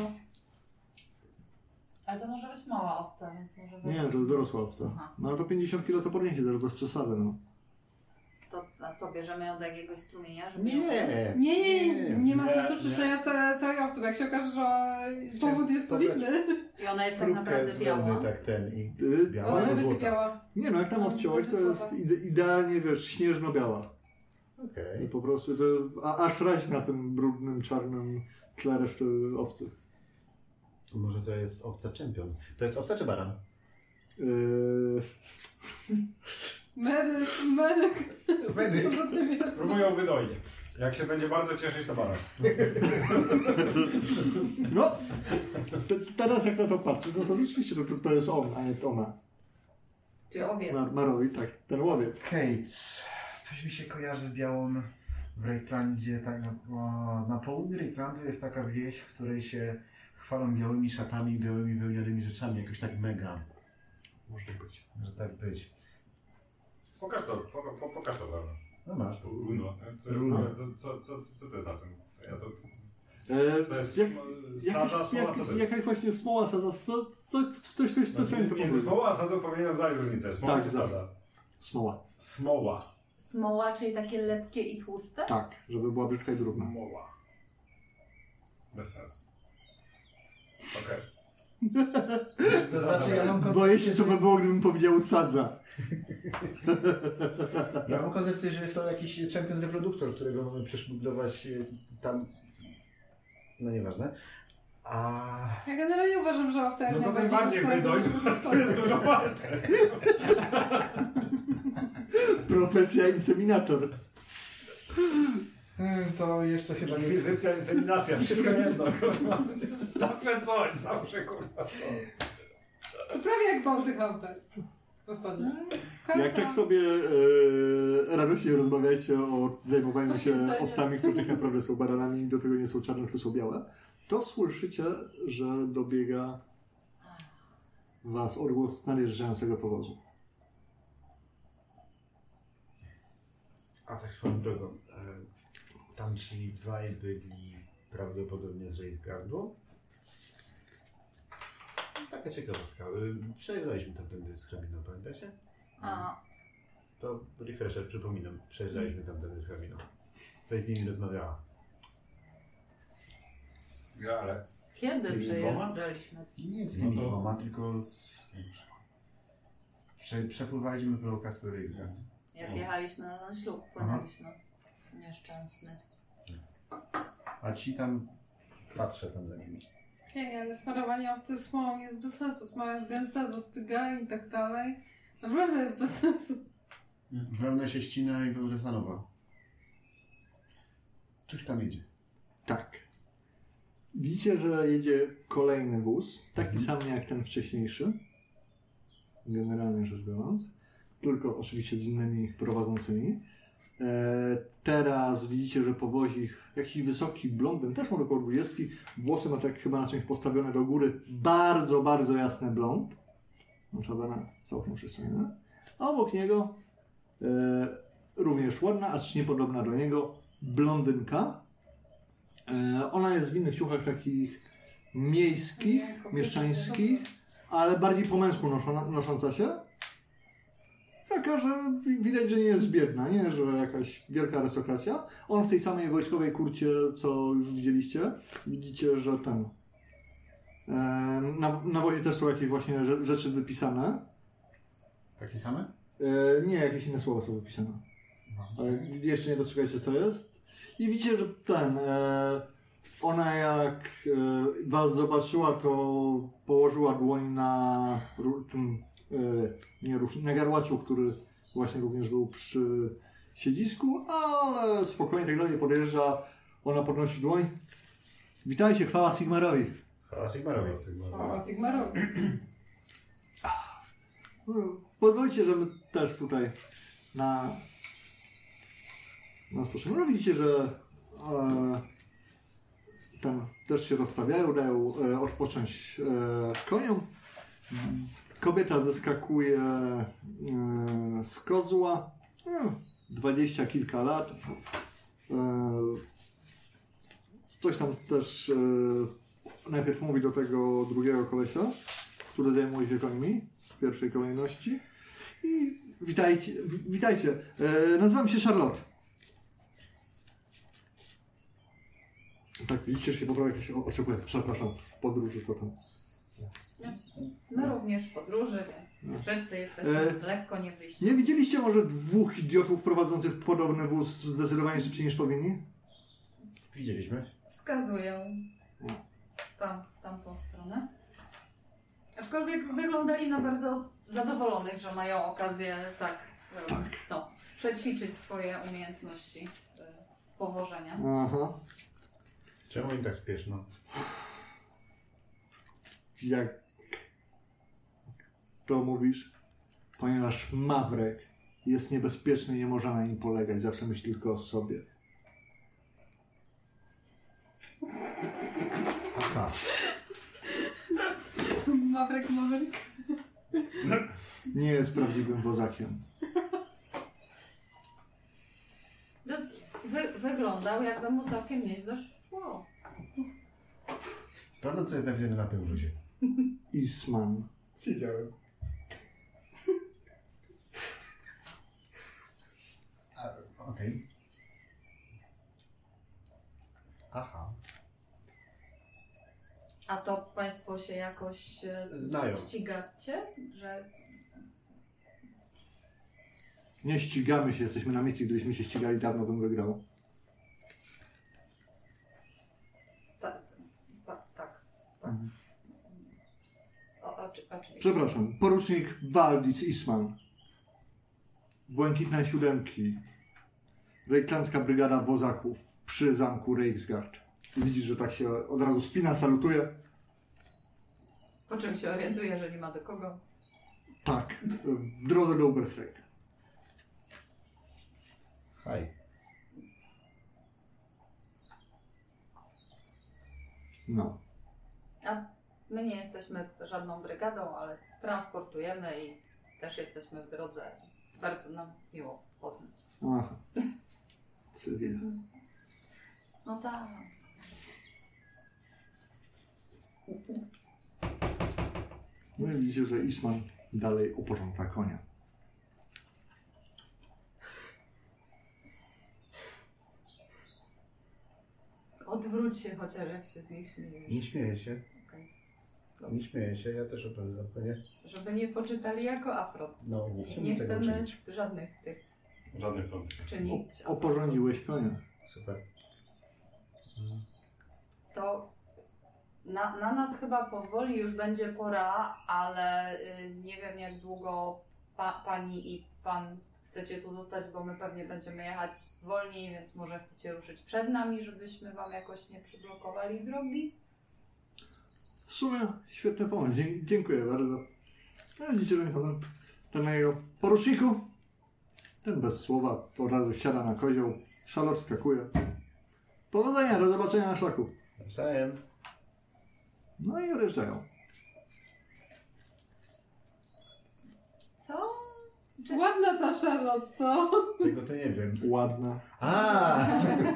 Ale to może być mała owca, więc może być... Nie, to jest dorosła owca. Aha. No ale to 50 kilo to podniesie też bez przesady, no. To a co, bierzemy ją do jakiegoś strumienia, żeby Nie. ją wziąć? Nie ma Nie, sensu nie. czyszczenia całej owcy, bo jak się okaże, że powód jest solidny, I ona jest tak Próbkę naprawdę z biała. wełny, tak ten i biała ona albo będzie złota. biała. Nie no, jak tam odciąłeś, to jest idealnie, wiesz, śnieżno-biała. Okej. I po prostu to aż razi na tym brudnym, czarnym tle reszty owcy. Może to jest owca czempion. To jest owca czy baran? Medyk. Medyk. Spróbuję ją wydoić. Jak się będzie bardzo cieszyć, to baran. No, teraz jak na to patrzysz, no to rzeczywiście to jest on, a nie ona. Czy owiec. Marowi, tak, ten łowiec. Kate. Coś mi się kojarzy białą w Reiklandzie. Tak na południu Reiklandu jest taka wieś, w której się chwalą białymi szatami, białymi wełnianymi rzeczami. Jakoś tak mega. Może być. Może tak być. Pokaż to, pokaż to Baran. No masz. To runo. Runo. Co to jest na tym? To jest Jakaś, sadza, smoła, co to jest? jakaś właśnie smoła, sadza, coś specjalnie to Między powiedział. smoła a sadzą powinienem znaleźć różnicę. Smoła Tak, czy zawsze. sadza? Smoła. Smoła. Smoła, czyli takie lepkie i tłuste? Tak, żeby była brzydka i brudna. Smoła. Bez sensu. Okej. To znaczy ja mam Boję się, co by było, gdybym powiedział sadza. Ja mam koncepcję, że jest to jakiś czempion reproduktor, którego mamy przeszmuglować tam. No nieważne. A Ja generalnie uważam, że owca jest No to tym najbardziej bardziej wydoić, to jest dużo warte. Profesja inseminator. to jeszcze chyba nie. Inkwizycja, inseminacja, wszystko jedno, kurwa. Zawsze coś, zawsze kurwa. To prawie jak Bounty Hunter. W zasadzie. Jak tak sobie radośnie rozmawiacie o zajmowaniu się Poświęcenie. owcami, które tak naprawdę są baranami i do tego nie są czarne, tylko są białe, to słyszycie, że dobiega was odgłos nadjeżdżającego powozu. A tak swoją drogą. Tam ci dwaj byli prawdopodobnie z Reisgardu. Taka ciekawostka. Przejeżdżaliśmy tamtędy z hrabiną, pamiętacie? A, To refresher, przypominam. Przejeżdżaliśmy tamtędy z hrabiną. Coś z nimi rozmawiała. Ja, ale kiedy tymi dwoma? przejeżdżaliśmy? Nie z No nimi to- dwoma, tylko z... Przepływaliśmy po Castle Reisgard. Jak jechaliśmy na ten ślub, płynęliśmy. Nieszczęsny. A ci tam... Patrzę tam za nimi. Nie, ale smarowanie owcy smołą jest bez sensu. Smoła jest gęsta, zastyga i tak dalej. Naprawdę jest bez sensu. Wełna się ścina i wełna stanowa. Cóż tam jedzie? Tak. Widzicie, że jedzie kolejny wóz, taki sam jak ten wcześniejszy, generalnie rzecz biorąc, tylko oczywiście z innymi prowadzącymi. Teraz widzicie, że powozi ich jakiś wysoki blondyn, też ma około 20, włosy ma tak chyba na czymś postawione do góry, bardzo, bardzo jasny blond, notabene całkiem przystojny, a obok niego również ładna, acz niepodobna do niego, blondynka. Ona jest w innych ciuchach takich miejskich, mieszczańskich, ale bardziej po męsku nosząca się. Taka, że widać, że nie jest biedna, nie, że jakaś wielka arystokracja. On w tej samej wojskowej kurcie, co już widzieliście. Widzicie, że ten... Na wozie też są jakieś właśnie rzeczy wypisane. Takie same? Nie, jakieś inne słowa są wypisane. Ale jeszcze nie dostrzegajcie, co jest. I widzicie, że ona jak was zobaczyła, to położyła dłoń na tym, na garłaczu, który właśnie również był przy siedzisku, ale spokojnie tak dalej podjeżdża. Ona podnosi dłoń. Witajcie, chwała Sigmarowi. Chwała Sigmarowi. O, Sigmarowi. Pozwólcie, że my też tutaj na spoczynku. No widzicie, że tam też się rozstawiają, dają odpocząć koniom. Kobieta zeskakuje z kozła. 20 kilka lat. Coś tam też najpierw mówi do tego drugiego kolesia, który zajmuje się końmi w pierwszej kolejności. I Witajcie. Nazywam się Charlotte. Tak, widzicie, że się poprawia jakieś oczekuję. Przepraszam, w podróży to tam. My również w podróży, więc wszyscy jesteśmy lekko nie wyjść. Nie widzieliście może dwóch idiotów prowadzących podobny wóz zdecydowanie szybciej niż powinni? Widzieliśmy. Wskazuję w tamtą stronę. Aczkolwiek wyglądali na bardzo zadowolonych, że mają okazję przećwiczyć swoje umiejętności powożenia. Aha. Czemu im tak spieszno? Jak to mówisz? Ponieważ Mawrek jest niebezpieczny i nie można na nim polegać. Zawsze myśli tylko o sobie. Aha. Mawrek. Nie jest prawdziwym wozakiem. Wyglądał, jakby mu całkiem nieźle szło. Sprawdzam, co jest napisane na tym wózie. Isman. Wiedziałem. Okej. Aha. A to państwo się jakoś Znają. ścigacie? Że Nie ścigamy się, jesteśmy na misji. Gdybyśmy się ścigali, dawno bym wygrał. tak. Oczywiście. Przepraszam, porucznik Valdis Isman. Błękitne siódemki. Rejklandzka brygada wozaków przy zamku Reiksgard. Widzisz, że tak się od razu spina, salutuje. Po czym się orientuje, że nie ma do kogo. Tak, w drodze do Uberstreik. Haj. No. A my nie jesteśmy żadną brygadą, ale transportujemy i też jesteśmy w drodze. Bardzo nam miło poznać. Aha. Cywil. No tak. No i widzicie, że Isman dalej oporządza konia. Odwróć się chociaż, jak się z nich śmieje. Nie śmieję się. Okej. Nie śmieję się, ja też opowiadam, nie? Żeby nie poczytali jako afront. No, nie Nie chcemy tego chcemy uczynić. żadnych tych Żadnych front. czynić. Oporządziłeś konia. Super. To na nas chyba powoli już będzie pora, ale nie wiem, jak długo pani i pan chcecie tu zostać, bo my pewnie będziemy jechać wolniej, więc może chcecie ruszyć przed nami, żebyśmy wam jakoś nie przyblokowali drogi. W sumie świetny pomysł. Dziękuję bardzo. No, widzicie, że ten na jego poruczniku. Ten bez słowa od razu siada na kozioł. Charlotte skakuje. Powodzenia, do zobaczenia na szlaku. Nawzajem. No i odjeżdżają. Co? Ładna ta Charlotte, co? Tego to nie wiem. Ładna. A!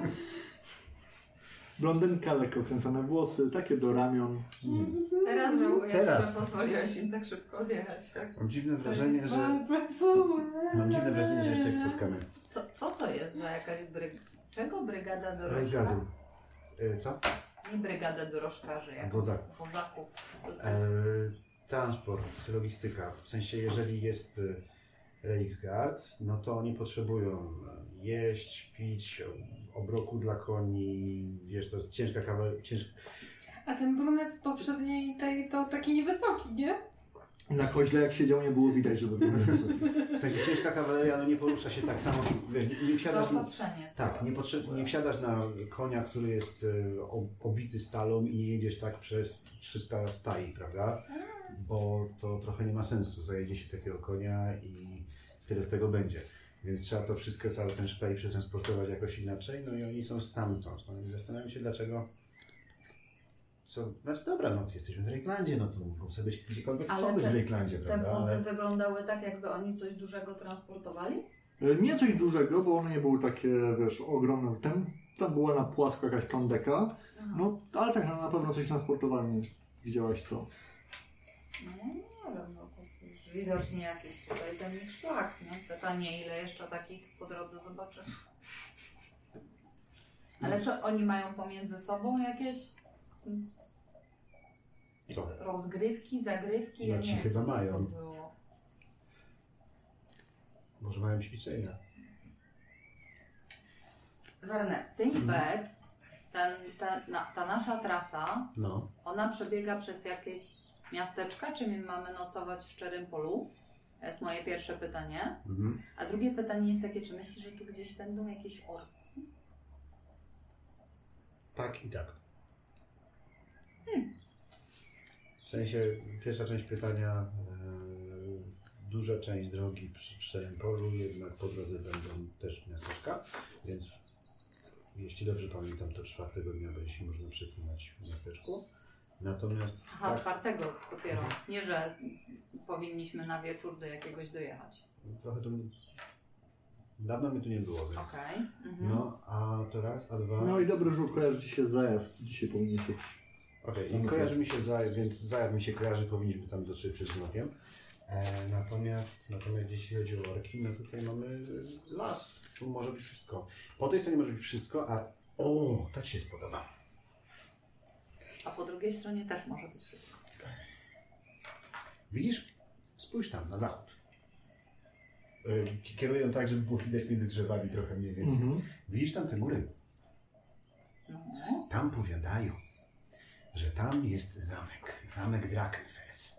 Blondynka, lekko kręcone włosy, takie do ramion. Teraz żałuję, Teraz. że pozwoliłeś im tak szybko odjechać. Tak? Mam dziwne wrażenie, że... Mam dziwne wrażenie, że jeszcze jak spotkamy. Co to jest za jakaś Czego brygada dorożka? Brygady. Co? Nie brygada dorożkarzy, jak Wozaków. wozaków. Transport, logistyka. W sensie, jeżeli jest Reiksgard, no to oni potrzebują jeść, pić, obroku dla koni, wiesz, to jest ciężka A ten brunet z poprzedniej tej to taki niewysoki, nie? Na koźle jak siedział, nie było widać, żeby był wysoki. W sensie ciężka kawaleria, no nie porusza się tak samo, wiesz, nie wsiadasz na... Zaopatrzenie. Tak, nie wsiadasz na konia, który jest obity stalą i nie jedziesz tak przez 300 stai, prawda? Bo to trochę nie ma sensu. Zajedzie się takiego konia i tyle z tego będzie. Więc trzeba to wszystko, cały ten szpej przetransportować jakoś inaczej, no i oni są stamtąd. No i zastanawiam się, dlaczego... Znaczy dobra, no jesteśmy w Reiklandzie, no to mogą sobie być gdziekolwiek chcą być w Reiklandzie, Te prawda? wozy wyglądały tak, jakby oni coś dużego transportowali? Nie coś dużego, bo one nie były takie, wiesz, ogromne. Tam była na płasko jakaś plandeka. No, ale tak, na pewno coś transportowali. Widziałaś co? No, nie wiem, no to widocznie jakiś tutaj do nich szlak, nie? Pytanie, ile jeszcze takich po drodze zobaczysz. Ale co, oni mają pomiędzy sobą jakieś Co? rozgrywki, zagrywki? No ci wiem, chyba co to mają. było. Może mają ćwiczenia. Werner, ty mi powiedz, ta nasza trasa, No. ona przebiega przez jakieś miasteczka, czy my mamy nocować w Szczerym Polu? To jest moje pierwsze pytanie. Mhm. A drugie pytanie jest takie, czy myślisz, że tu gdzieś będą jakieś orki? Tak i tak. W sensie, pierwsza część pytania, duża część drogi przy Szczerym Polu, jednak po drodze będą też miasteczka, więc jeśli dobrze pamiętam, to 4 dnia będzie się można przepłynąć w miasteczku. Natomiast Aha, tak, 4 dopiero. Nie, że powinniśmy na wieczór do jakiegoś dojechać. trochę to dawno mi tu nie było, więc... Okej. Mhm. No, a to raz, a dwa... No i dobry rzut kojarzy ci się zajazd. Dzisiaj powinien się... Okej, i kojarzy mi się zajazd, więc zajazd mi się kojarzy, powinniśmy tam dotrzeć przed znakiem. Natomiast jeśli chodzi o orki, no tutaj mamy las, tu może być wszystko. Po tej stronie może być wszystko, a to ci się spodoba. A po drugiej stronie też może być wszystko. Widzisz? Spójrz tam, na zachód. Kieruję tak, żeby było widać między drzewami trochę mniej więcej. Widzisz tam te góry? No. Tam powiadają, że tam jest zamek Drakenfels.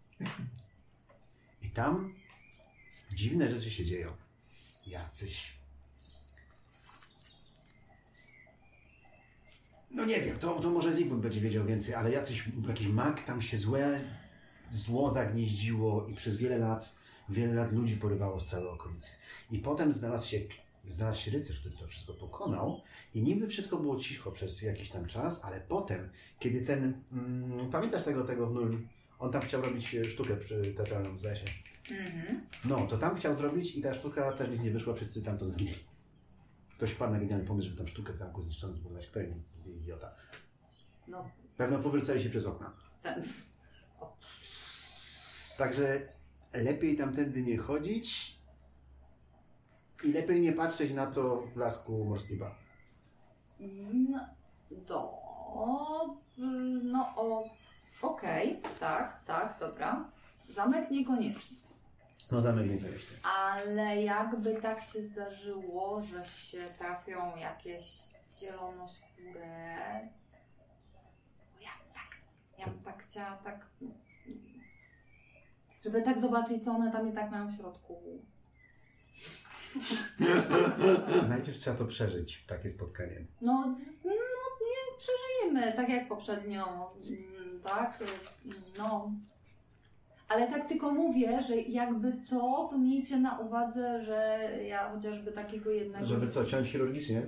I tam dziwne rzeczy się dzieją. Jacyś... No nie wiem, to może Zygmunt będzie wiedział więcej, ale jakiś mag tam się zło zagnieździło i przez wiele lat ludzi porywało z całej okolicy. I potem znalazł się rycerz, który to wszystko pokonał i niby wszystko było cicho przez jakiś tam czas, ale potem, kiedy ten... pamiętasz tego w Nuln? On tam chciał robić sztukę teatralną, zdaje się. No, to tam chciał zrobić i ta sztuka też nic nie wyszła, wszyscy tam to zginęli. Ktoś wpadł na genialny pomysł, żeby tam sztukę w zamku zniszczoną zbudować. Kto inny? Idiota. No, Pewno powyrzucali się przez okna. sens. Także lepiej tamtędy nie chodzić i lepiej nie patrzeć na to w blasku morskiego. Okej, tak, dobra. Zamek niekoniecznie. No zamek niekoniecznie. Ale jakby tak się zdarzyło, że się trafią jakieś zielonoskóre... Ja bym tak chciała, żeby tak zobaczyć, co one tam i tak mają w środku. Najpierw trzeba to przeżyć, takie spotkanie. No nie przeżyjemy, tak jak poprzednio, tak, no. Ale tak tylko mówię, że jakby co, to miejcie na uwadze, że ja chociażby takiego jednego... Żeby co, ciąć chirurgicznie?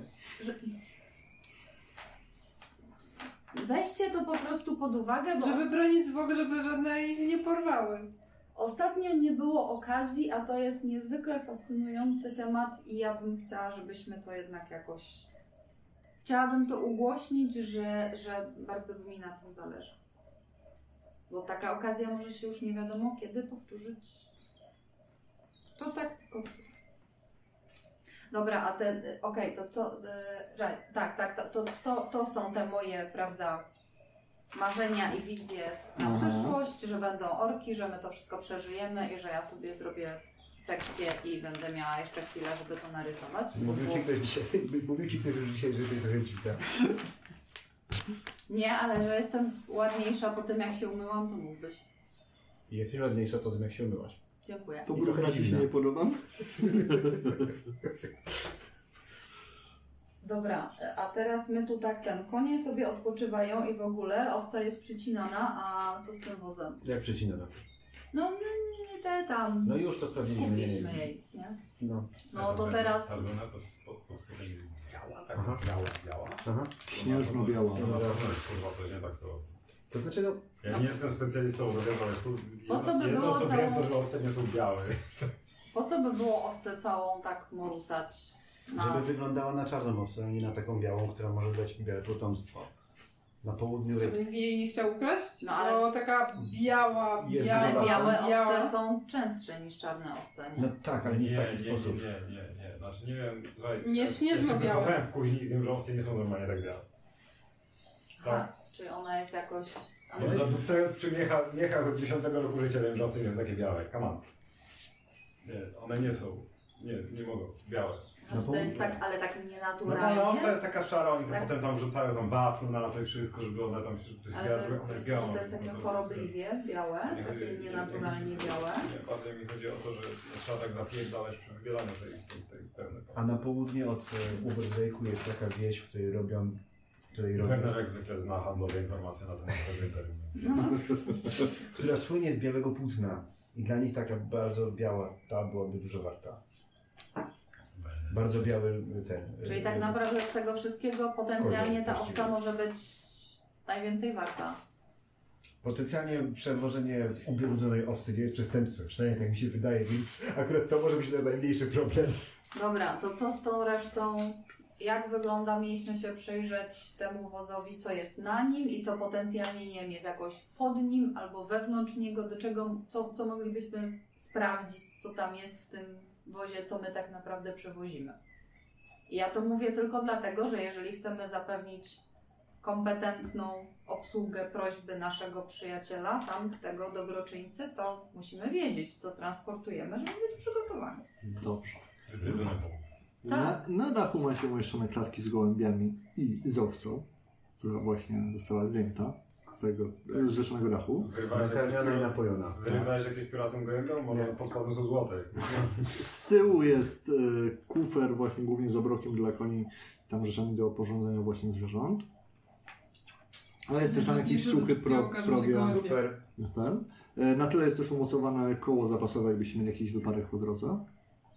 Weźcie to po prostu pod uwagę, bo Żeby bronić zwłok, żeby żadne ich nie porwały. ostatnio nie było okazji, a to jest niezwykle fascynujący temat i ja bym chciała, żebyśmy to jednak jakoś... Chciałabym to ugłośnić, że bardzo by mi na tym zależy. Bo taka okazja może się już nie wiadomo kiedy powtórzyć. To tak tylko... Dobra, a okej, to co... to są te moje, prawda, marzenia i wizje na przyszłość, że będą orki, że my to wszystko przeżyjemy i że ja sobie zrobię sekcję i będę miała jeszcze chwilę, żeby to narysować. Mówił ci ktoś już dzisiaj, że jesteś trochę dziwna. Nie, ale że jestem ładniejsza po tym, jak się umyłam, to mógłbyś. I jesteś ładniejsza po tym, jak się umyłaś. Dziękuję. To I trochę brudna ci się dziwna. nie podoba? Dobra, a teraz my tu konie sobie odpoczywają i w ogóle owca jest przycinana, a co z tym wozem? Jak przecinana? No, te tam, No już to sprawdziliśmy. kupiliśmy jej, nie? No. No to teraz... Ta luna pod spodem jest biała, tak? Aha. Biała. Aha. Śnieżno-biała. No naprawdę, kurwa, coś nie tak z tą owcą. To znaczy, no, Ja nie jestem specjalistą, bo wiadomo, jest tu... Po co by jedno, było co całą- wiem, to że owce nie są białe. Po co by było owcę całą tak morusać na... żeby wyglądała na czarną owcę, a nie na taką białą, która może dać białe potomstwo. Na południu Żeby nikt jej nie chciał ukraść? No, ale- Bo taka biała, Jest Ale dużo białe biała. owce są częstsze niż czarne owce, nie? No tak, ale nie w taki sposób. Nie. Znaczy nie wiem, słuchaj, Nie śnieżno-białe. Ja się wychowałem w kuźni i wiem, że owce nie są normalnie tak białe. Aha, czy ona jest jakoś... No, zadupcając przy miechach od 10 roku życia wiem, że owce nie są takie białe. Come on. Nie, one nie są. Nie mogą. Białe. Aha, to jest tak, ale tak No nienaturalnie. ale owca jest taka szara, oni to Tak. potem tam wrzucają tam wapno na to i wszystko, żeby one tam się Ale biała, to żeby one jest, białą. to jest takie chorobliwie białe, takie nienaturalnie białe. Nie, bardziej mi chodzi o to, że trzeba tak zapierdalać przy wybielaniu tej pełnej. A na południe od Uberlejku jest taka wieś, w której robią... Werner jak zwykle zna handlowe informacje na temat tego imperium. która słynie z białego płótna. I dla nich taka bardzo biała ta byłaby dużo warta. Bardzo biały ten... Czyli tak naprawdę z tego wszystkiego potencjalnie ta owca może być najwięcej warta. Potencjalnie przewożenie ubierudzonej owcy nie jest przestępstwem. Przynajmniej tak mi się wydaje, więc akurat to może być nasz najmniejszy problem. Dobra, to co z tą resztą? Jak wygląda? Mieliśmy się przyjrzeć temu wozowi, co jest na nim i co potencjalnie, nie wiem, jest jakoś pod nim albo wewnątrz niego, do czego, co moglibyśmy sprawdzić, co tam jest w tym wozie, co my tak naprawdę przewozimy. I ja to mówię tylko dlatego, że jeżeli chcemy zapewnić kompetentną obsługę prośby naszego przyjaciela, tego dobroczyńcy, to musimy wiedzieć, co transportujemy, żeby być przygotowani. Dobrze. To jest jedyny punkt. Tak. Na dachu macie umieszczone klatki z gołębiami i z owcą, która właśnie została zdjęta z tego rzeczonego dachu. Nakarmiona i napojona. Wyrywałeś jakieś piratom gołębiom? Może pod spodem są złote. Z tyłu jest kufer właśnie głównie z obrokiem dla koni, tam rzeczami do porządzenia właśnie zwierząt. Ale jest też tam jakiś suchy prowiant. Super. Jest ten. Na tyle jest też umocowane koło zapasowe, jakbyście mieli jakiś wypadek po drodze.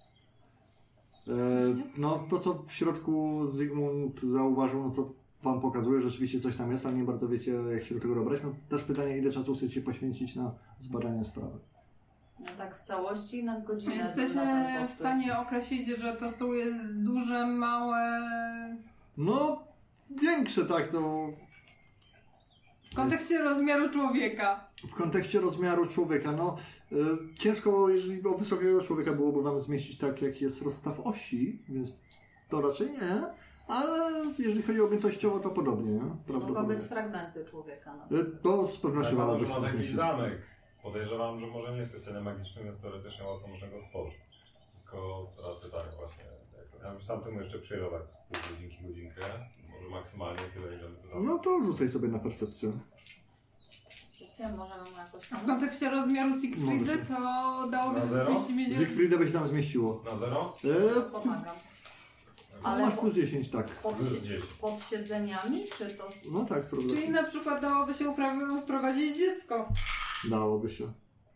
No to co w środku Zygmunt zauważył, no co wam pokazuje, że rzeczywiście coś tam jest, ale nie bardzo wiecie jak się do tego dobrać. No to też pytanie, ile czasu chcecie poświęcić na zbadanie sprawy. No tak w całości na godzinę. Jesteśmy na ten w postój. stanie określić, że to stół jest duże, małe... No większe tak to W kontekście rozmiaru człowieka. w kontekście rozmiaru człowieka, no ciężko, jeżeli o wysokiego człowieka byłoby wam zmieścić tak, jak jest rozstaw osi, więc to raczej nie, ale jeżeli chodzi o objętościowo, to podobnie, nie? Mogą być Prawdopodobnie. fragmenty człowieka. No. To z pewnością Zakładam, dałoby że się ma taki zmieścić. zamek. Podejrzewam, że może nie specjalnie magiczny, więc teoretycznie łatwo można go otworzyć. Tylko teraz pytanie właśnie. Ja bym tamtemu jeszcze przyjechał tak z pół godzinki, godzinkę. Może maksymalnie tyle, ile my tu tam... No to rzucaj sobie na percepcję. Wiecie, możemy mu jakoś W pomóc? kontekście rozmiaru Siegfriedy Może się. to dałoby Na się zero? zmieścić... Siegfrieda by się tam zmieściło. Na zero? Pomagam. Ale Masz plus 10, tak. Plus 10. pod siedzeniami, czy to... No tak, z Czyli problemem. na przykład dałoby się wprowadzić dziecko. Dałoby się.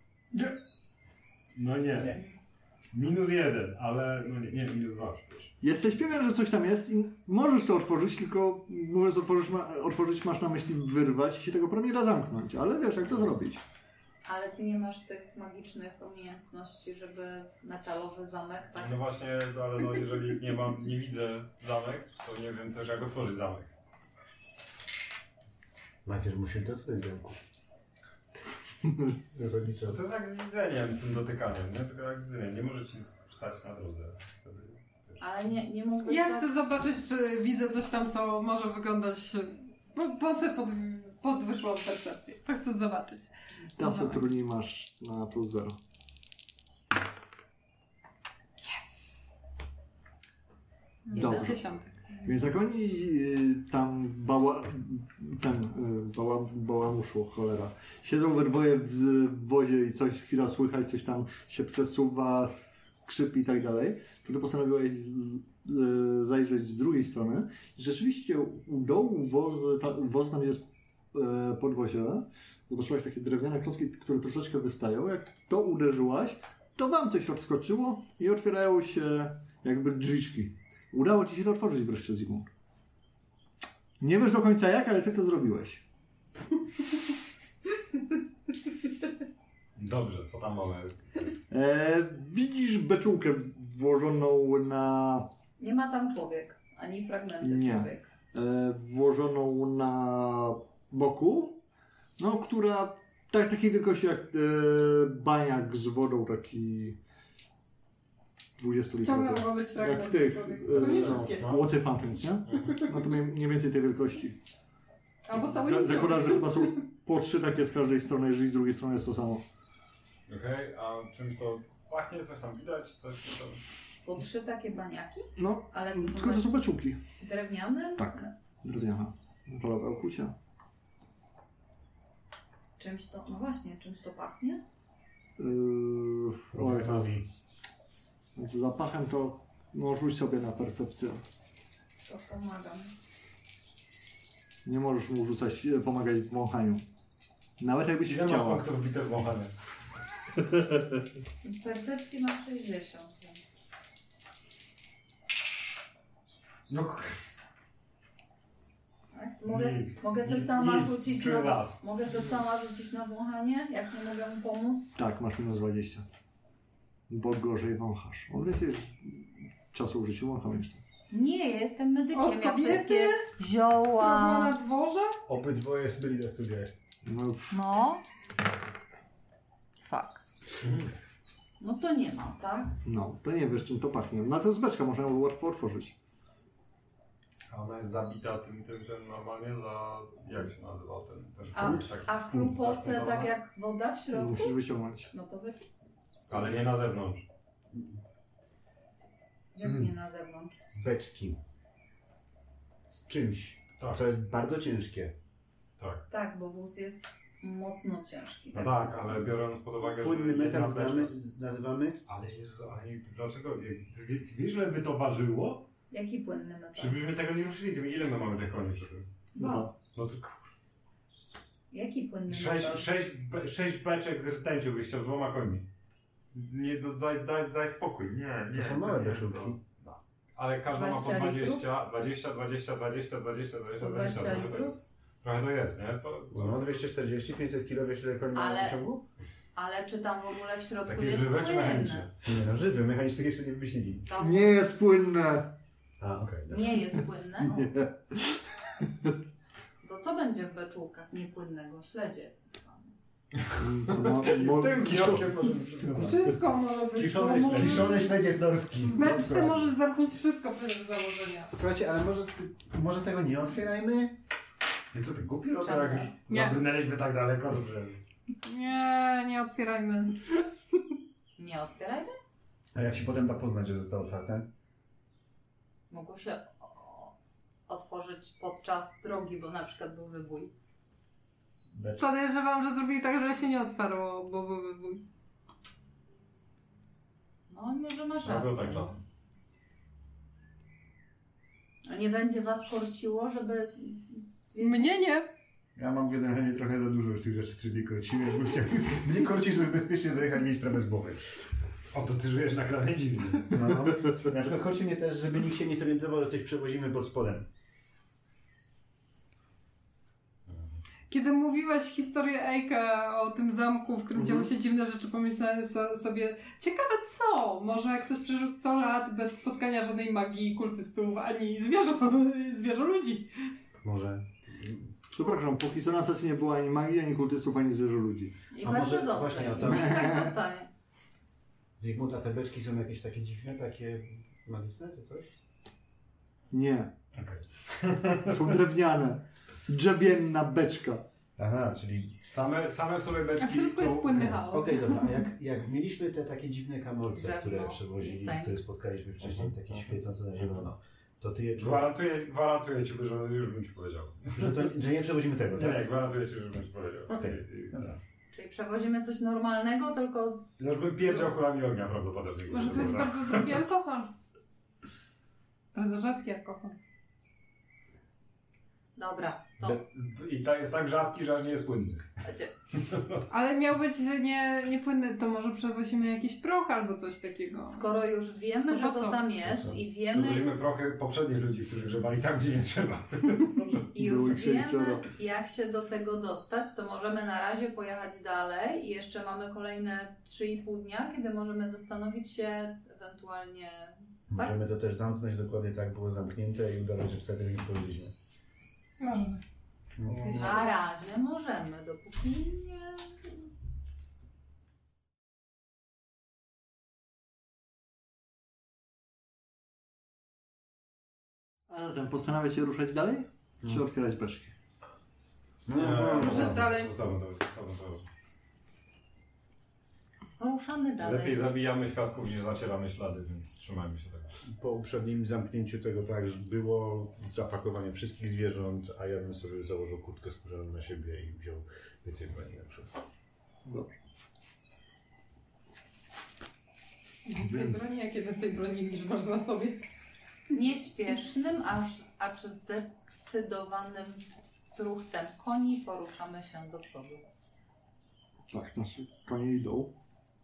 No nie. Minus 1, ale no nie, minus 2 przecież. Jesteś pewien, że coś tam jest i możesz to otworzyć, tylko mówiąc otworzyć masz na myśli wyrwać i się tego prawie nie da zamknąć, ale wiesz jak to zrobić. Ale ty nie masz tych magicznych umiejętności, żeby metalowy zamek, tak? No właśnie, ale no jeżeli nie widzę zamek, to nie wiem też jak otworzyć zamek. Najpierw musimy to coś zamku. To jest jak z widzeniem, z tym dotykaniem, nie? Tylko jak z widzeniem, nie może ci stać na drodze. Wtedy, wiesz. Ale nie mógłbyś... Ja chcę zobaczyć, czy widzę coś tam, co może wyglądać... Podwyższą percepcję. To chcę zobaczyć. Tasę trudniej masz na plus 0. Dobrze. 10. Więc jak oni tam bałamuszło, cholera, siedzą we dwoje w wozie i coś chwila słychać, coś tam się przesuwa, skrzypi i tak dalej, to ty postanowiłeś zajrzeć z drugiej strony. I rzeczywiście u dołu woz tam jest podwozie. Zobaczyłaś takie drewniane klocki, które troszeczkę wystają. Jak to uderzyłaś, to wam coś odskoczyło i otwierają się jakby drzwiczki. Udało ci się to otworzyć wreszcie, Zygmunt. Nie wiesz do końca jak, ale ty to zrobiłeś. Dobrze, co tam mamy? Widzisz beczułkę włożoną na... Nie ma tam człowiek, ani fragmenty Nie. człowiek. włożoną na boku, no, która takiej wielkości jak baniak z wodą, taki 20-litrowy. Ciągle mogą być Jak fragmenty. w tych To nie wszystkie. Water Fountains, nie? No to mniej więcej tej wielkości. Albo cały Zakładam, że chyba są po 3 takie z każdej strony, jeżeli z drugiej strony jest to samo. Okej, a czymś to pachnie? Coś tam widać? Coś tam... Po 3 takie baniaki? No, Ale tylko to są beczułki. drewniane? Tak. Drewniana. Polowe okucia. Czymś to, no właśnie, czymś to pachnie? Oj, to z zapachem to no rzuć sobie na percepcję. To pomagam. Nie możesz mu pomagać w wąchaniu. Nawet jakbyś Ile masz chciała. punktów bite w wąchanie? W percepcji mam 60, więc... No Tak? Nic. Mogę se sama Nic. rzucić Czuję na... las. Mogę se sama rzucić na wąchanie, jak nie mogę mu pomóc? Tak, masz minus 20. Bo gorzej wąchasz. On więcej czasu w życiu wąchał jeszcze. Nie, ja jestem medykiem. Od Ja kobiety? wszystkie To było zioła... na dworze? Obydwoje byli na studiach. No, No. Fuck. No to nie ma, tak? no, to nie wiesz czym to pachnie. Na to z beczka można ją łatwo otworzyć. A ona jest zabita tym normalnie za... Jak się nazywał ten A, szput? Taki a chlupoce zaświętowana? tak jak woda w środku? Musisz wyciągnąć. No to wy... Ale nie na zewnątrz. Jak nie na zewnątrz? Beczki. Z czymś, Tak, co jest bardzo ciężkie. tak. Tak, bo wóz jest mocno ciężki. No tak, ale biorąc pod uwagę, Płynny że... metal jedna beczka- nazywamy. Ale Jezu, ale dlaczego? Ty wiesz, ile by to ważyło? Jaki płynny metal? Przecież tego nie ruszyli. Ile my mamy tych koni przy tym? No. No to Jaki płynny metal? 6 beczek z rtęcią byś chciał 2 końmi. Nie, no daj spokój. Nie. To są małe nie jest beczułki. to. No. Ale każda ma po 20 litrów? 20. Trochę to jest, nie? No 240, 500 kg wiesz ile koni ma Ale- w ciągu? Ale czy tam w ogóle w środku Takie jest żywe czy płyn? mechaniczne? Nie no, żywy, mechanicznych jeszcze nie wymyślili. Tam Nie jest płynne! A, okej. dobra. nie jest płynne? Nie. To co będzie w beczułkach niepłynnego? Śledzie. To ma, Z tym wnioskiem możemy wszystko znać. Wszystko może być. Kiszone bo może- Kiszone śledzie z norski. W beczce możesz zamknąć wszystko z założenia. Słuchajcie, ale może tego nie otwierajmy? I co ty głupi? No to Czemu? jak już Nie. zabrnęliśmy tak daleko, to że... Nie otwierajmy. Nie otwierajmy? A jak się potem da poznać, że zostało otwarte? Mogło się otworzyć podczas drogi, bo na przykład był wybój. Beczka. Podejrzewam, że zrobili tak, że się nie otwarło, bo byłby. No może masz No, było rację. tak czasem. A nie będzie was korciło, żeby... Mnie nie. Ja mam generalnie trochę za dużo już tych rzeczy, które mnie korciły. Jakbym chciał... Mnie korci, żeby bezpiecznie zajechać i mieć sprawę z głowy. O, to ty żyjesz na krawędzi, widzę. No. Na przykład korci mnie też, żeby nikt się nie zorientował, że coś przewozimy pod spodem. Kiedy mówiłeś historię Ejka o tym zamku, w którym działy się dziwne rzeczy, pomyślałem sobie, ciekawe co? Może jak ktoś przeżył 100 lat bez spotkania żadnej magii, kultystów, ani zwierzę ludzi. Może. Przepraszam, póki co na sesji nie było ani magii, ani kultystów, ani zwierzę ludzi. I A bardzo może- dobrze. właśnie, a I tam- niech tak zostanie. Zygmunta, te beczki są jakieś takie dziwne, takie magiczne czy coś? Nie. Okej. Są drewniane. Drzewienna beczka. Aha, czyli... Same w sobie beczki... A w środku jest płynny chaos. Okej, dobra, a jak mieliśmy te takie dziwne kamolce, Drewno które i przewozili, sęk. które spotkaliśmy wcześniej, takie świecące na zielono, to ty je czułeś, Gwarantuję ci, że już bym ci powiedział. że nie przewozimy tego, Nie, tak? nie, gwarantuję ci, że bym ci powiedział. Okej, dobra. Czyli przewozimy coś normalnego, tylko... No już bym pierdział kulami ognia prawdopodobnie. Może to jest bardzo drogi alkohol. Bardzo rzadki alkohol. Dobra, to... I tak jest tak rzadki, że aż nie jest płynny. Słuchajcie, Ale miał być niepłynny, to może przewozimy jakiś proch albo coś takiego. skoro już wiemy, To że po to co? tam jest Po co? i wiemy, Przewozimy prochy poprzednich ludzi, którzy grzebali tam, gdzie nie trzeba. i Było już ich się wiemy, wczoraj. jak się do tego dostać, to możemy na razie pojechać dalej i jeszcze mamy kolejne 3,5 dnia, kiedy możemy zastanowić się ewentualnie... Możemy to też zamknąć dokładnie tak, było zamknięte i udawać, że wtedy nie tworzyliśmy. Możemy. Na razie możemy, dopóki nie... A zatem postanawiacie ruszać dalej? Czy otwierać beczki? Możesz dalej. Zostawmy to. Ruszamy dalej. Lepiej zabijamy świadków, niż zacieramy ślady, więc trzymajmy się tego. Po uprzednim zamknięciu tego tak było zapakowanie wszystkich zwierząt, a ja bym sobie założył kurtkę skórzaną na siebie i wziął więcej broni na przykład. Dobrze. Więcej broni? Jakie więcej broni niż masz na sobie? Nieśpiesznym, a czy zdecydowanym truchtem koni poruszamy się do przodu. Tak, nasi konie idą.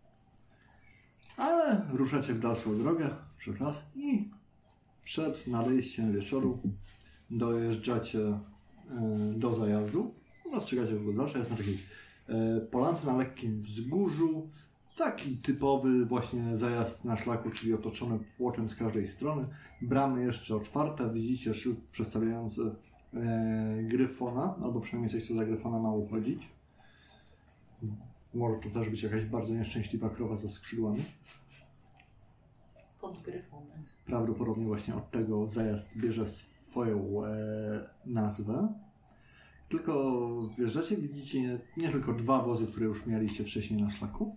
Ale ruszacie w dalszą drogę przez las i przed nadejściem wieczoru dojeżdżacie do zajazdu. Dostrzegacie w ogóle zawsze jest na takiej polance na lekkim wzgórzu. Taki typowy właśnie zajazd na szlaku, czyli otoczony płotem z każdej strony. Bramy jeszcze otwarte. Widzicie szyld przedstawiający gryfona, albo przynajmniej coś, co za gryfona ma uchodzić. Może to też być jakaś bardzo nieszczęśliwa krowa ze skrzydłami. Pod gryfonem. Prawdopodobnie właśnie od tego zajazd bierze swoją nazwę. Tylko wjeżdżacie, widzicie nie tylko 2 wozy, które już mieliście wcześniej na szlaku.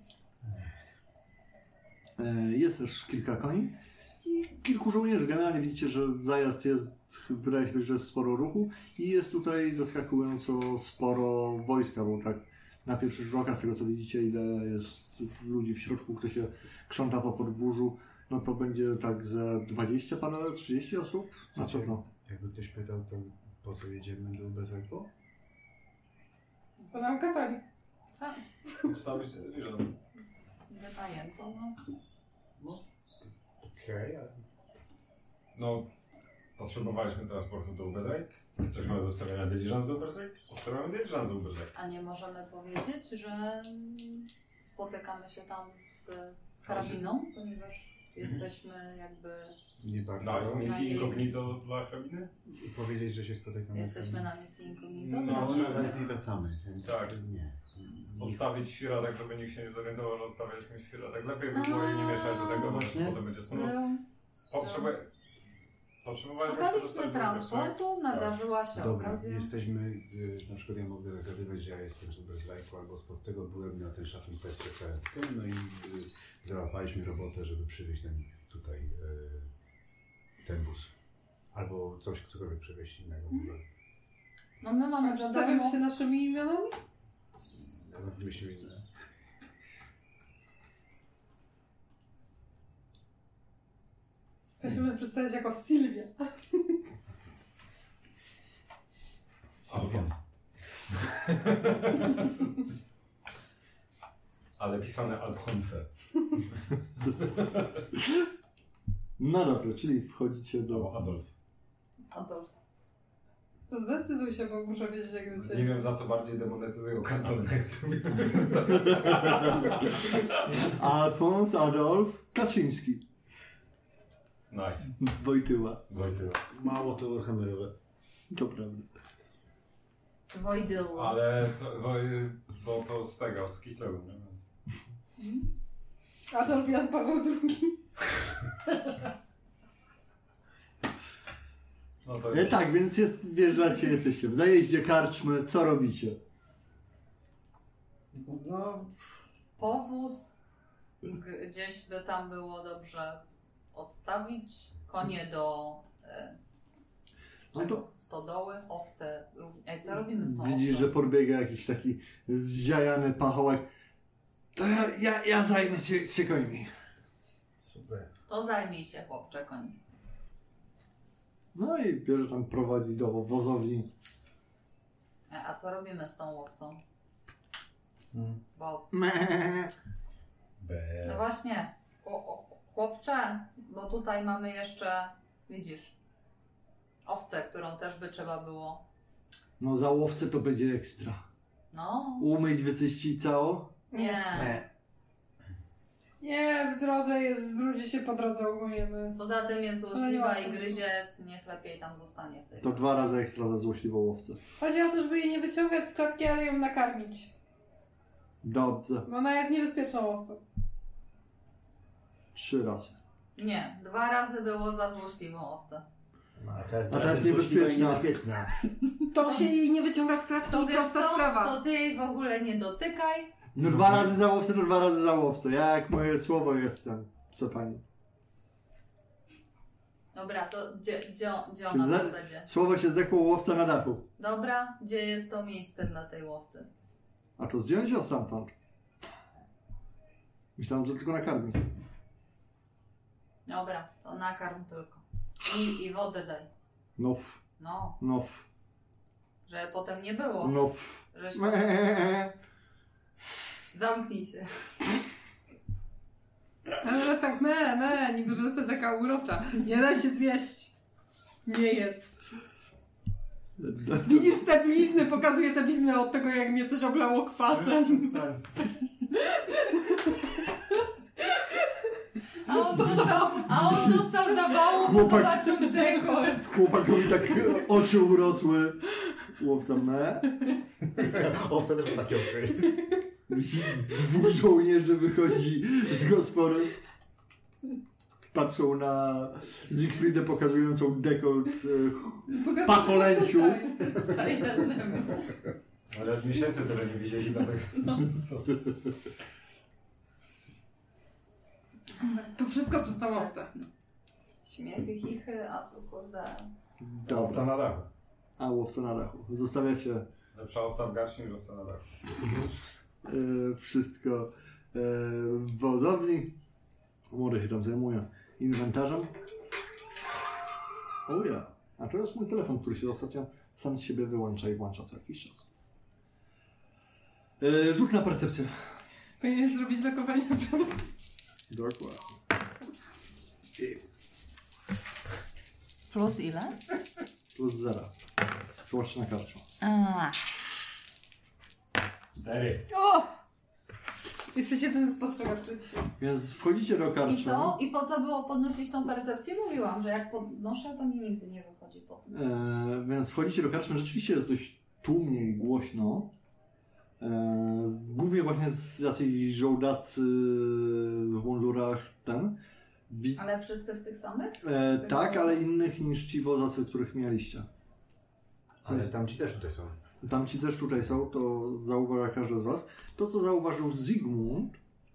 Jest też kilka koni i kilku żołnierzy. Generalnie widzicie, że zajazd jest, wydaje się, że jest sporo ruchu i jest tutaj zaskakująco sporo wojska, bo tak na pierwszy rzut oka, z tego co widzicie, ile jest ludzi w środku, kto się krząta po podwórzu, no to będzie tak za 20 parę, 30 osób na pewno. Jakby ktoś pytał, to po co jedziemy do Bezerko? Bo nam kazali. Tak, Odstawić telewizor. wynajęto nas. Okej, ale... No, potrzebowaliśmy transportu do Uberzek. Ktoś ma do zostawienia dyliżans do Uberzek? Odstawiamy dyliżans do Uberzek. A nie możemy powiedzieć, że spotykamy się tam z hrabiną, ponieważ jesteśmy jakby... Nie bardzo. Tak, misji jej- incognito dla hrabiny? I powiedzieć, że się spotykamy Jesteśmy na misji incognito. No, No, ale z niej wracamy, więc Tak. nie. Odstawić świra tak, żeby nikt się nie zorientował, że odstawialiśmy świra. Tak lepiej by było jej nie mieszać do tego, bo Właśnie. potem będzie sporo. Potrzebowaliśmy Szukaliśmy transportu, nadarzyła się Dobra, okazja. jesteśmy, na przykład ja mogę zagadywać, że ja jestem z lajku, albo spod tego byłem na ten szatyn też specjalny w tym, no i załapaliśmy robotę, żeby przywieźć tutaj ten bus. Albo cokolwiek przywieźć innego może. No my mamy za Przedstawiam darmo... się naszymi imionami? Ja wymyślił inne. To się będę przedstawiać jako Sylwia. Alfons. Ale pisane Alphonse. No dobrze, czyli wchodzicie Albo do... Adolf. Adolf. To zdecyduj się, bo muszę wiedzieć jak do Nie ciebie. wiem za co bardziej demonetyzują kanały na YouTube. Alfons Adolf Kaczyński. Nice. Wojtyła. Wojtyła. Mało to Warhammerowe. To prawda. Wojdyło. Ale bo to z tego, z Kislewu, nie? Adolf Jan Paweł II. No to Tak, więc wjeżdżacie, jesteście w zajeździe karczmy. Co robicie? No, Powóz gdzieś by tam było dobrze odstawić. Konie do No to stodoły, owce. Ej, co robimy z tą widzisz, owcą? że podbiega jakiś taki zziajany pachołek. To ja zajmę się końmi. super. To zajmij się, chłopcze, koń. No i bierze tam, prowadzi do wozowni. A co robimy z tą owcą? Bo, no właśnie, chłopcze, bo tutaj mamy jeszcze, widzisz, owcę, którą też by trzeba było, No za łowcę to będzie ekstra. no, Umyć, wyczyścić cało? nie. Nie, w drodze jest, ludzie się po drodze umujemy. Poza tym jest Ale nie złośliwa ma i sensu. gryzie, niech lepiej tam zostanie w tej To 2 razy ekstra za złośliwą łowcę. Chodzi o to, żeby jej nie wyciągać z klatki, ale ją nakarmić. Dobrze. Bo ona jest niebezpieczną łowcą. 3 razy. Nie, 2 razy było za złośliwą owcę. A teraz, A teraz niebezpieczna. niebezpieczna. To się jej nie wyciąga z klatki To i wiesz prosta co? sprawa. To ty jej w ogóle nie dotykaj. No 2 razy za łowcę, to 2 razy za łowcę. Ja jak moje słowo jestem, proszę pani. Dobra, to gdzie ona Za- tam będzie? Słowo się zdechło łowca na dachu. Dobra, gdzie jest to miejsce dla tej łowcy? A to zdjąć ją stamtąd. Myślałem, że tylko nakarmi. Dobra, to nakarm tylko. I wodę daj. Nof, No, nof, że potem nie było. nof. Żeśmy... Zamknij się. Ale teraz tak niby że jest taka urocza. Nie da się zwieść. Nie jest. Widzisz te blizny, pokazuję te blizny od tego, jak mnie coś oblało kwasem. A on dostał zawału, bo Chłopak- zobaczył dekolt. Chłopakowi tak oczy urosły. Łowca me. Owca też ma takie oczy. Widzi 2 żołnierzy wychodzi z gospory. Patrzą na Siegfriedę pokazującą dekolt pacholęciu. Ale od miesięcy tyle nie widzieli, dlatego... To wszystko przez tą owcę. Śmiechy, chichy, a co kurde. Owca Dobra. na dachu. A łowca na dachu. Zostawiacie Lepsza owca w garści niż owca na dachu. wszystko w wozowni. Młody się tam zajmuje inwentarzem. O ja. A to jest mój telefon, który się ostatnio sam z siebie wyłącza i włącza co jakiś czas. Rzut na percepcję. Powinien zrobić lokowanie naprawdę. Dokładnie. Plus ile? Plus 0. Spłoszcz na karczmę. A, 4. O! Jesteś jeden spostrzegawczy dzisiaj. Więc wchodzicie do I karczmy. co? I po co było podnosić tą percepcję? Mówiłam, że jak podnoszę, to mi nigdy nie wychodzi po tym. Więc wchodzicie do karczmy. Rzeczywiście jest dość tłumnie i głośno. Głównie właśnie z jacyś żołdacy w mundurach ten. Ale wszyscy w tych samych? Tak, ale innych niż ci wozacy, których mieliście. Ale tamci też tutaj są. Tamci też tutaj są, to zauważył każdy z was. To, co zauważył Zygmunt,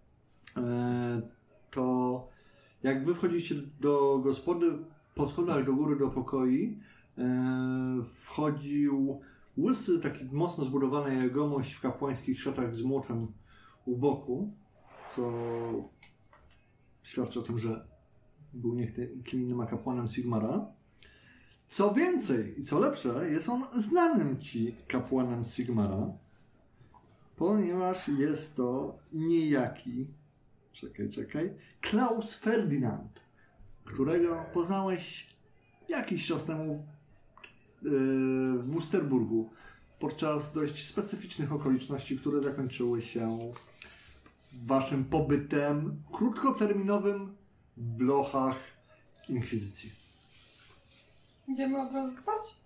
to jak wy wchodzicie do gospody, po schodach do góry do pokoi, wchodził łysy, taki mocno zbudowany jegomość w kapłańskich szatach z młotem u boku, co świadczy o tym, że był kim innym a kapłanem Sigmara. Co więcej i co lepsze, jest on znanym ci kapłanem Sigmara, ponieważ jest to niejaki, czekaj, Klaus Ferdinand, którego poznałeś jakiś czas temu w Wusterburgu podczas dość specyficznych okoliczności, które zakończyły się waszym pobytem krótkoterminowym w lochach Inkwizycji. Idziemy od razu spać?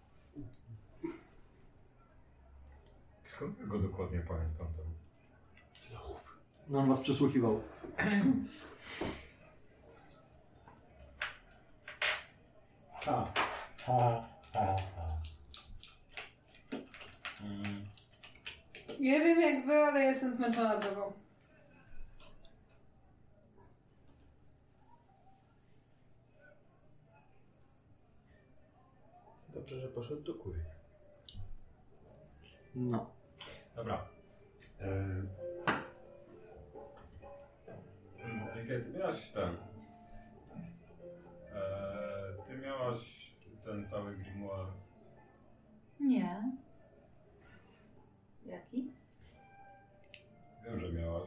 Skąd ja go dokładnie pamiętam tam? Z lochów. No, on was przesłuchiwał. Nie wiem jak wy, ale jestem zmęczona drogą. Dobrze, że poszedł do kury. No. Dobra. Ty miałaś ten... ty miałaś ten cały grimoire. Nie. Jaki? Wiem, że miałaś.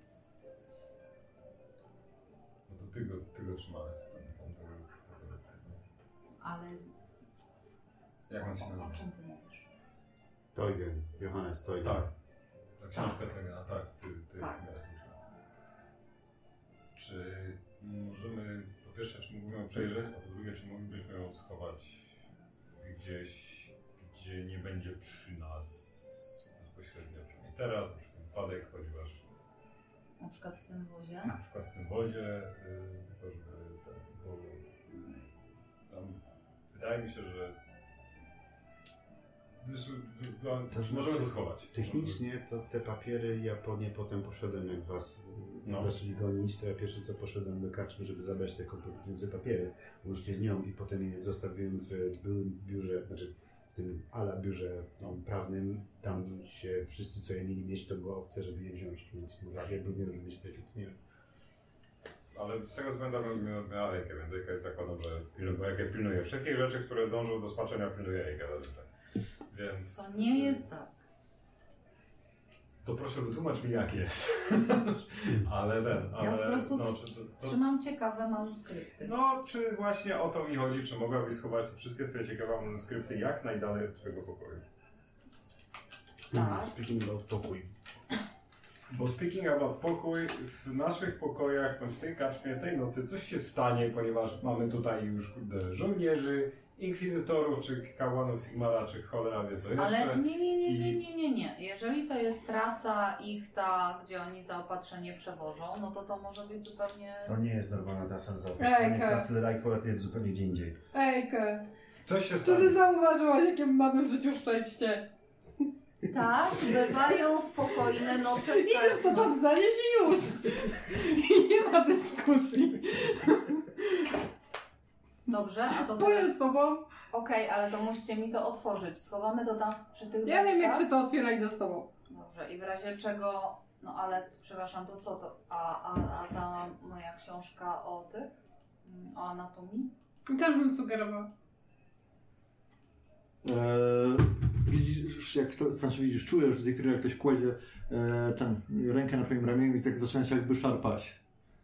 No to ty go trzymałeś. Tego. Ale Jak on się o nazywa? czym ty mówisz? Teugen, Johannes Teugen. Tak. Ta książka tego, a tak, ty Tak. miałeś Czy możemy, po pierwsze, czy mógłbym ją przejrzeć, a po drugie, czy moglibyśmy ją schować gdzieś, gdzie nie będzie przy nas bezpośrednio, czyli teraz, na przykład wypadek, ponieważ Na przykład w tym wozie. na przykład w tym wozie, tylko żeby bo tam wydaje mi się, że możemy to schować. Technicznie to te papiery ja po nie potem poszedłem, jak was zaczęli gonić, to ja pierwsze co poszedłem do karczmy, żeby zabrać te kompromitujące papiery, łącznie z nią i potem je zostawiłem w byłym biurze, znaczy w tym biurze prawnym, tam się wszyscy co je mieli mieć, to była opcja, żeby je wziąć, więc jakby nie robić z tych, nie wiem. Ale z tego względu miała Ejkę, więc Ejkę zakładam, że Ejkę pilnuje wszystkich rzeczy, które dążą do spaczenia, pilnuje Ejkę. Więc... To nie jest tak. To proszę wytłumacz mi jak jest. ale Ja po prostu to... trzymam ciekawe manuskrypty. No, czy właśnie o to mi chodzi, czy mogłabyś schować te wszystkie twoje ciekawe manuskrypty jak najdalej od twojego pokoju? Tak. Speaking about pokój. Bo speaking about pokój, w naszych pokojach, bądź w tej karczmie, tej nocy coś się stanie, ponieważ mamy tutaj już żołnierzy, inkwizytorów, czy kapłanów Sigmara, czy cholera wie co jeszcze. Ale nie. Jeżeli to jest trasa ich ta, gdzie oni zaopatrzenie przewożą, no to może być zupełnie... To nie jest normalna trasa zaopatrzenia. Castle Rycourt jest zupełnie gdzie indziej. Ejkę, Coś się czy stanie. ty zauważyłaś, jakie mamy w życiu szczęście? Tak, bywają spokojne noce. Idziesz to tam zanieść i już. I nie ma dyskusji. Dobrze, a to Pojem z tobą. Okej, ale to musicie mi to otworzyć. Schowamy to tam przy tych Ja wiem, jak deskach. się to otwiera, idę z tobą. Dobrze, i w razie czego... No ale, przepraszam, to co to? A ta moja książka o tych? O anatomii? I też bym sugerowała. Widzisz, jak to, znaczy widzisz, czujesz, Zikry, jak ktoś kładzie rękę na twoim ramieniu i tak zaczyna się jakby szarpać.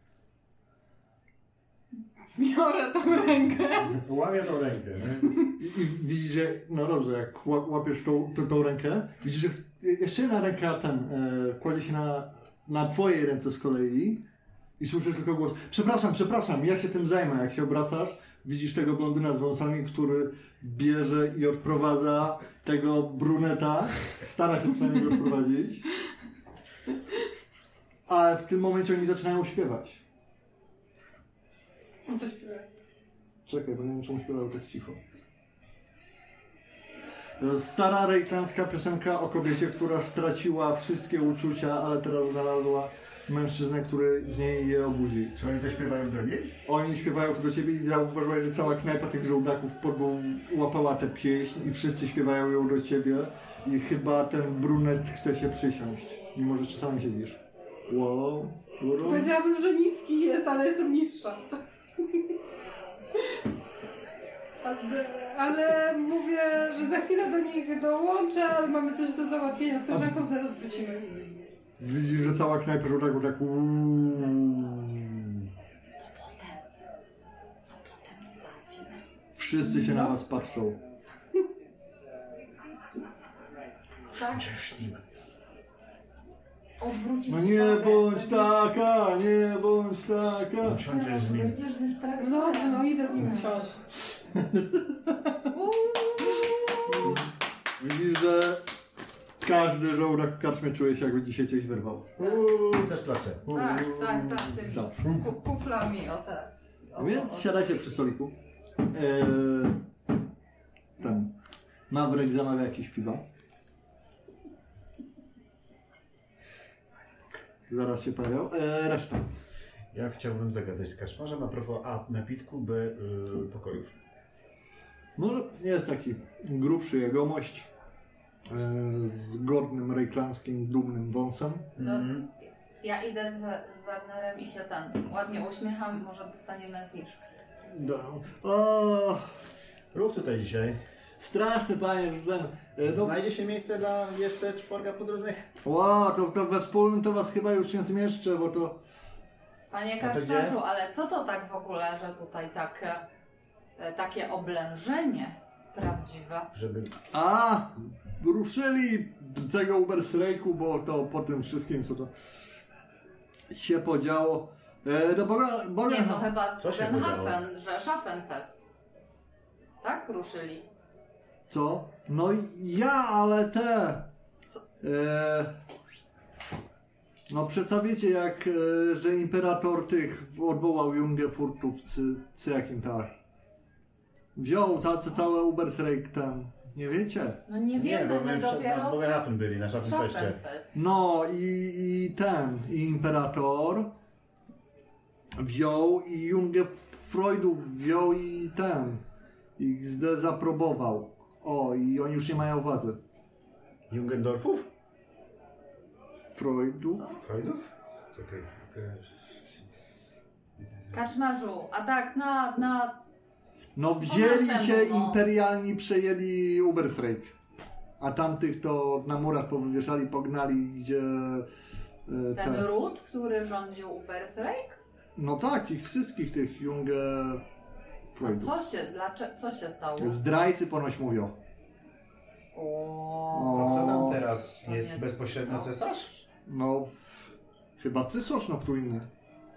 Biorę tą rękę. Łamię tą rękę, nie? I widzisz, że, no dobrze, jak łapiesz tą rękę, widzisz, że jeszcze jedna ręka kładzie się na twojej ręce z kolei i słyszysz tylko głos: przepraszam, ja się tym zajmę. Jak się obracasz, widzisz tego blondyna z wąsami, który bierze i odprowadza tego bruneta, stara się przynajmniej go odprowadzić, ale w tym momencie oni zaczynają śpiewać. Co śpiewa? Czekaj, bo nie wiem, czemu śpiewają tak cicho. To jest stara rejtlandzka piosenka o kobiecie, która straciła wszystkie uczucia, ale teraz znalazła mężczyznę, który w niej je obudzi. Czy oni to śpiewają do niej? Oni śpiewają to do ciebie i zauważyłeś, że cała knajpa tych żołdaków łapała tę pieśń i wszyscy śpiewają ją do ciebie i chyba ten brunet chce się przysiąść, mimo że czasami siedzisz. Wow. Powiedziałabym, że niski jest, ale jestem niższa. Ale mówię, że za chwilę do nich dołączę, ale mamy coś do załatwienia z koleżanką, zaraz wrócimy. Widzisz, że cała knajpa żołdaków tak To potem nie załatwimy. wszyscy się na was patrzą. Tak? Odwrócić No nie uwagę. bądź taka, nie bądź taka. Usiądziesz z nim. Będziesz No dystraktowany. dobrze, no idę z nim usiąść. Widzisz, że każdy żołdak w karczmie czuje się, jakby dzisiaj coś wyrwał. Też klaczę. Tak, tymi Dobrze. kuflami o te. Więc siadacie przy stoliku. Ten Mawrek zamawia jakieś piwa. Zaraz się pojawią. Reszta. Ja chciałbym zagadać z karczmarzem a propos A. napitku, B. Pokojów. No, jest taki grubszy jegomość z godnym rejklanskim, dumnym wąsem. No, ja idę z Wernerem i się ładnie uśmiecham, może dostaniemy zniżkę. O, Rów tutaj dzisiaj. straszny panie, że ten... No, Znajdzie się miejsce dla jeszcze 4 podróżnych? to we wspólnym to was chyba już nie zmieszczę, bo to... Panie A to gdzie? karczmarzu, ale co to tak w ogóle, że tutaj takie oblężenie prawdziwe? Żeby... Ruszyli z tego Ubersrejku, bo to po tym wszystkim, co to się podziało, Do Nie, Bogenhafen. to chyba z Co się Bogenhafen, że Schaffenfest. Tak? Ruszyli. Co? No ja, ale te... Co? No przedstawicie jak, że imperator tych odwołał Jungefurtów, czy jakim tak. Wziął całe Ubersreich tam. Nie wiecie? No nie wiemy, bo my my dopiero na Bogenhafen byli, na Schaffenfeście. Schaffenfest. No i imperator wziął i Jungefreudów wziął i i zaprobował. O, i oni już nie mają władzy. Jungendorfów? Freudów? Freudów? Czekaj. Kaczmarzu, a tak na No wzięli naszemu, się no. imperialni, przejęli Ubersreich. A tamtych to na murach powywieszali, pognali, gdzie... ten ród, który rządził Ubersreich? No tak, ich wszystkich tych A Jungefreudów. co się stało? Zdrajcy ponoć mówią. O, To kto nam teraz To jest nie- bezpośrednio to- cesarz? No, chyba Cysarz, no kto inny.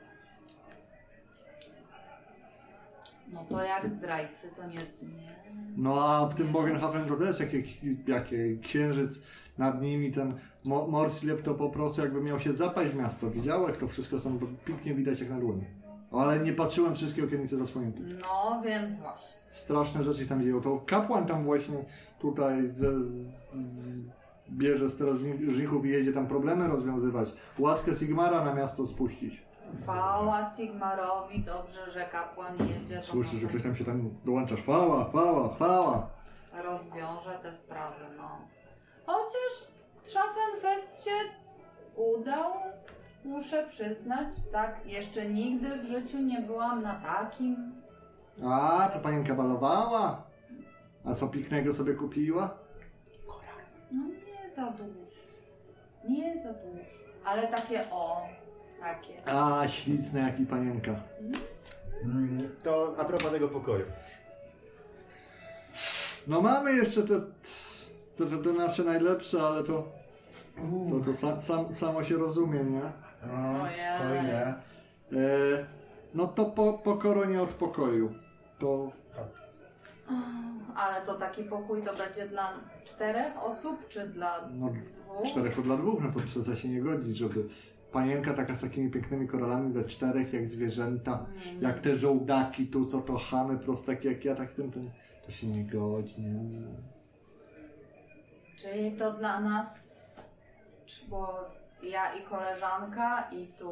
no to jak zdrajcy, to nie. No a w tym Bogenhafen to też jaki księżyc nad nimi, ten Morsleb to po prostu jakby miał się zapaść w miasto. Widziałeś? To wszystko są pięknie widać jak na dłoni. Ale nie patrzyłem, wszystkie okiennice zasłonięte. No więc właśnie. Straszne rzeczy się tam dzieją. To kapłan tam właśnie tutaj bierze strażników i jedzie tam problemy rozwiązywać. Łaskę Sigmara na miasto spuścić. Chwała Sigmarowi, dobrze, że kapłan jedzie. to Słyszę, że może ktoś tam się tam dołącza. Chwała, chwała, chwała. rozwiąże te sprawy, no. Chociaż Schaffenfest się udał, muszę przyznać, tak, jeszcze nigdy w życiu nie byłam na takim. A, to panienka balowała. A co pięknego sobie kupiła? No nie za dużo. Nie za dużo. Ale takie takie. A, ślicne jak i panienka. To a propos tego pokoju. No mamy jeszcze te nasze najlepsze, ale to samo się rozumie, nie? Ojej. To nie. No to po koronie od pokoju. To Ale to taki pokój to będzie dla 4 osób, czy dla no, 2? 4 to dla 2, no to przecież się nie godzić, żeby panienka taka z takimi pięknymi koralami we 4, jak zwierzęta, jak te żołdaki tu, co to chamy prostaki jak ja, tak ten, to się nie godzi, nie? Czyli to dla nas, bo ja i koleżanka i tu...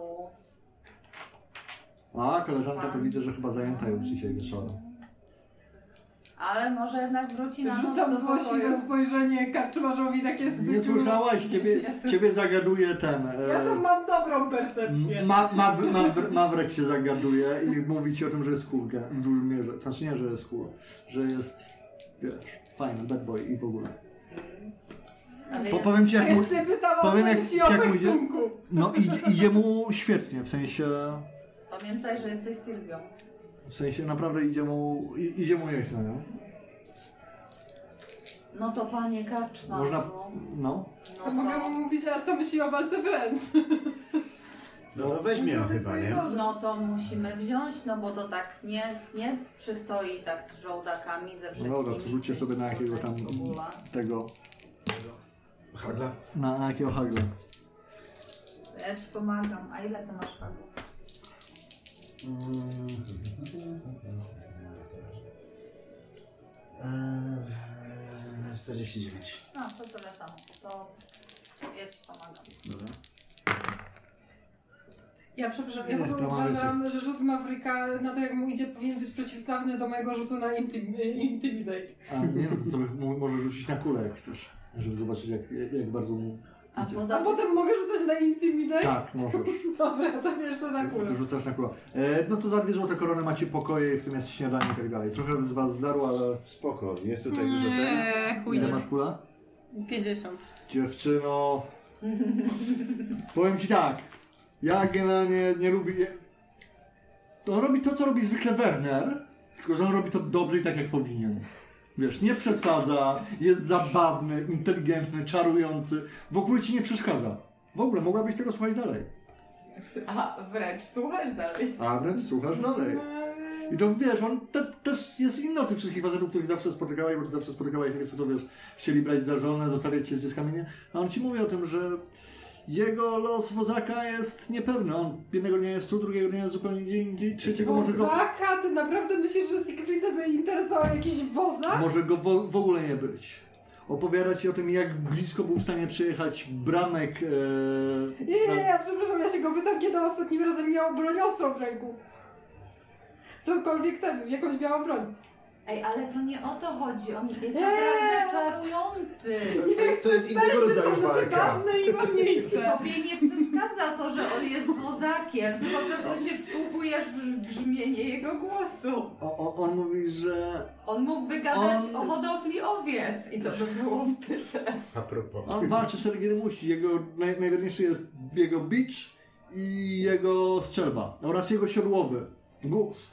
A, koleżanka to widzę, że chyba zajęta już dzisiaj wieczorem. Ale może jednak wróci na noc Rzucam do złośliwe pokoju. spojrzenie karczmarzowi takie z Nie słyszałaś? Ciebie zagaduje ten... Ja tam mam dobrą percepcję. Mawrek się zagaduje i mówi ci o tym, że jest cool w dużym mierze. Znaczy nie, że jest cool, że jest, wiesz, fajny, bad boy i w ogóle. Powiem ci A jak ja mu... się pytałam, powiem, co jak- myśli o jak mu idzie. fechtunku. No idzie mu świetnie, w sensie Pamiętaj, że jesteś Sylwią. naprawdę idzie mu nieźle, nie? No to panie karczmarzu. Można, no. To mogę mu mówić, a co myśli o walce wręcz. No to weźmie ją chyba, nie? No to musimy wziąć, no bo to tak nie przystoi tak z żołdakami ze No wszystkimi. dobra, to rzućcie sobie na jakiego tam w ogóle. tego, Hagla? na jakiego hagla. Ja ci pomagam. A ile ty masz haglu? 49. A, to tyle samo. To ja ci pomagam. Dobra. Ja przepraszam, ja Nie, w ogóle to ma uważam, że rzut Mawryka na to jak mu idzie powinien być przeciwstawny do mojego rzutu na Intimidate. A nie, no to sobie możesz rzucić na kulę jak chcesz, żeby zobaczyć jak bardzo mu A idzie. poza A potem mogę rzucać na Intimidate? Tak, możesz. Dobra, to jeszcze na kulę. To rzucasz na kulę. No to za 2 złote korony macie pokoje i w tym jest śniadanie i tak dalej. Trochę z was zdarło, ale... Spoko, jest tutaj dużo tego. chuj Ile nie. masz kula? 50. Dziewczyno... Powiem ci tak. Ja generalnie nie lubię... To robi to, co robi zwykle Werner, tylko że on robi to dobrze i tak, jak powinien. Wiesz, nie przesadza, jest zabawny, inteligentny, czarujący. W ogóle ci nie przeszkadza. W ogóle mogłabyś tego słuchać dalej. A wręcz słuchasz dalej. A wręcz słuchasz dalej. I to wiesz, on też jest inny od tych wszystkich facetów, których zawsze spotykałeś, bo ty zawsze spotykałeś takie, co to wiesz, chcieli brać za żonę, zostawiać cię z dzieckami, nie? A on ci mówi o tym, że jego los wozaka jest niepewny. On jednego dnia jest tu, drugiego dnia jest zupełnie gdzie indziej, trzeciego może go... Wozaka? Ty naprawdę myślisz, że Siegfrieda by interesował jakiś wozak? Może go w ogóle nie być. Opowiada ci o tym, jak blisko był w stanie przejechać bramek... Nie, przepraszam, ja się go pytam, kiedy ostatnim razem miał broń ostrą w ręku. Cokolwiek ten, jakąś białą broń. Ej, ale to nie o to chodzi, on jest naprawdę czarujący. To jest innego rodzaju Są rzeczy walka. ważne i ważniejsze. Tobie nie przeszkadza to, że on jest wozakiem, ty po prostu się wsłuchujesz w brzmienie jego głosu. On mówi, że... On mógłby gadać o hodowli owiec i to by było tyle. A propos. On walczy wtedy, kiedy musi. Jego najważniejszy jest jego bicz i jego strzelba. Oraz jego siodłowy. Guz.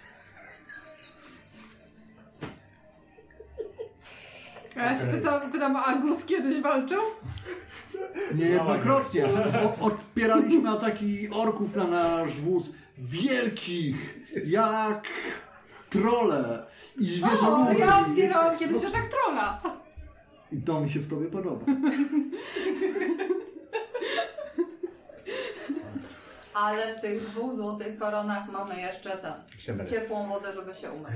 A ja się pytam, a Gus kiedyś walczył? Niejednokrotnie. Odpieraliśmy ataki orków na nasz wóz. Wielkich, jak trole i O, zwierzęta. ja odbierałam kiedyś atak trolla. I to mi się w tobie podoba. Ale w tych 2 złotych koronach mamy jeszcze ciepłą wodę, żeby się umyć.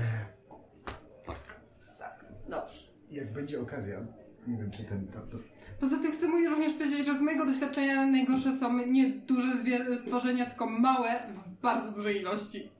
Tak, dobrze. Jak będzie okazja, nie wiem czy Poza tym chcę również powiedzieć, że z mojego doświadczenia najgorsze są nie duże stworzenia, tylko małe w bardzo dużej ilości.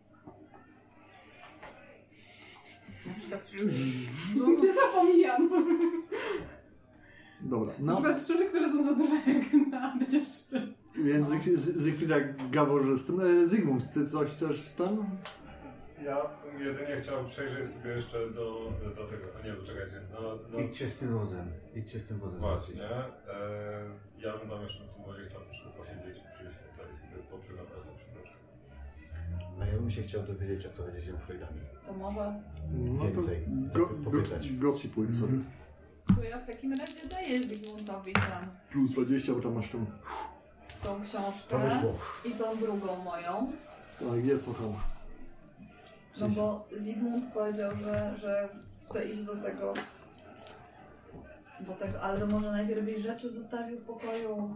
Na przykład Nie zapomijam. Dobra, Na no. przykład szczury, które są za duże jak na bycie szczury. Więc Zygfrida gaworzystym. Zygmunt, ty coś chcesz tam? Ja jedynie chciałem przejrzeć sobie jeszcze do tego, a nie, poczekajcie, Idźcie z tym wozem. Idźcie z tym wozem. Właśnie, ja bym tam jeszcze w tym wozie chciał troszkę posiedzieć i przyjść tutaj sobie poprzyglądać tą przybroczkę. A ja bym się chciał dowiedzieć, o co chodzi z Jungfraudami. to może Więcej popytać. Gossipuj sobie. to ja w takim razie daję Zygmuntowi tam Plus 20, bo tam masz tą... tą książkę To wyszło. i tą drugą moją. A gdzie co tam? No bo Zygmunt powiedział, że chce iść do tego, ale to może najpierw byś rzeczy zostawił w pokoju.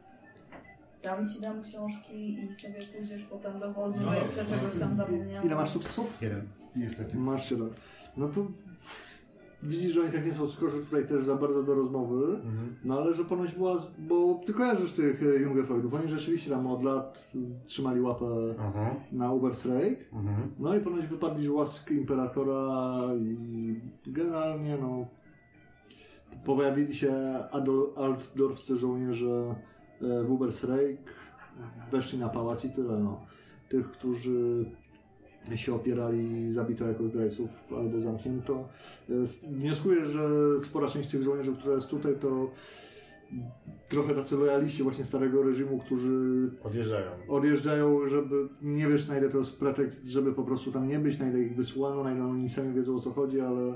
Dam książki i sobie pójdziesz potem do wozu, że jeszcze czegoś tam zapomniałam. Ile masz sukcesów? 1. Niestety. Masz 7. No to widzisz, że oni tak nie są skorzy tutaj też za bardzo do rozmowy, no ale że ponoć była, bo ty kojarzysz tych Jungfraudów, oni rzeczywiście tam od lat trzymali łapę na Ubersreik, no i ponoć wypadli z łask Imperatora i generalnie no pojawili się altdorfcy żołnierze w Ubersreik, weszli na pałac i tyle, no. Tych, którzy się opierali, zabito jako zdrajców albo zamknięto. Wnioskuję, że spora część tych żołnierzy, która jest tutaj, to trochę tacy lojaliści właśnie starego reżimu, którzy odjeżdżają, żeby nie wiesz, na ile to jest pretekst, żeby po prostu tam nie być, na ile ich wysłano, na ile oni sami wiedzą, o co chodzi, ale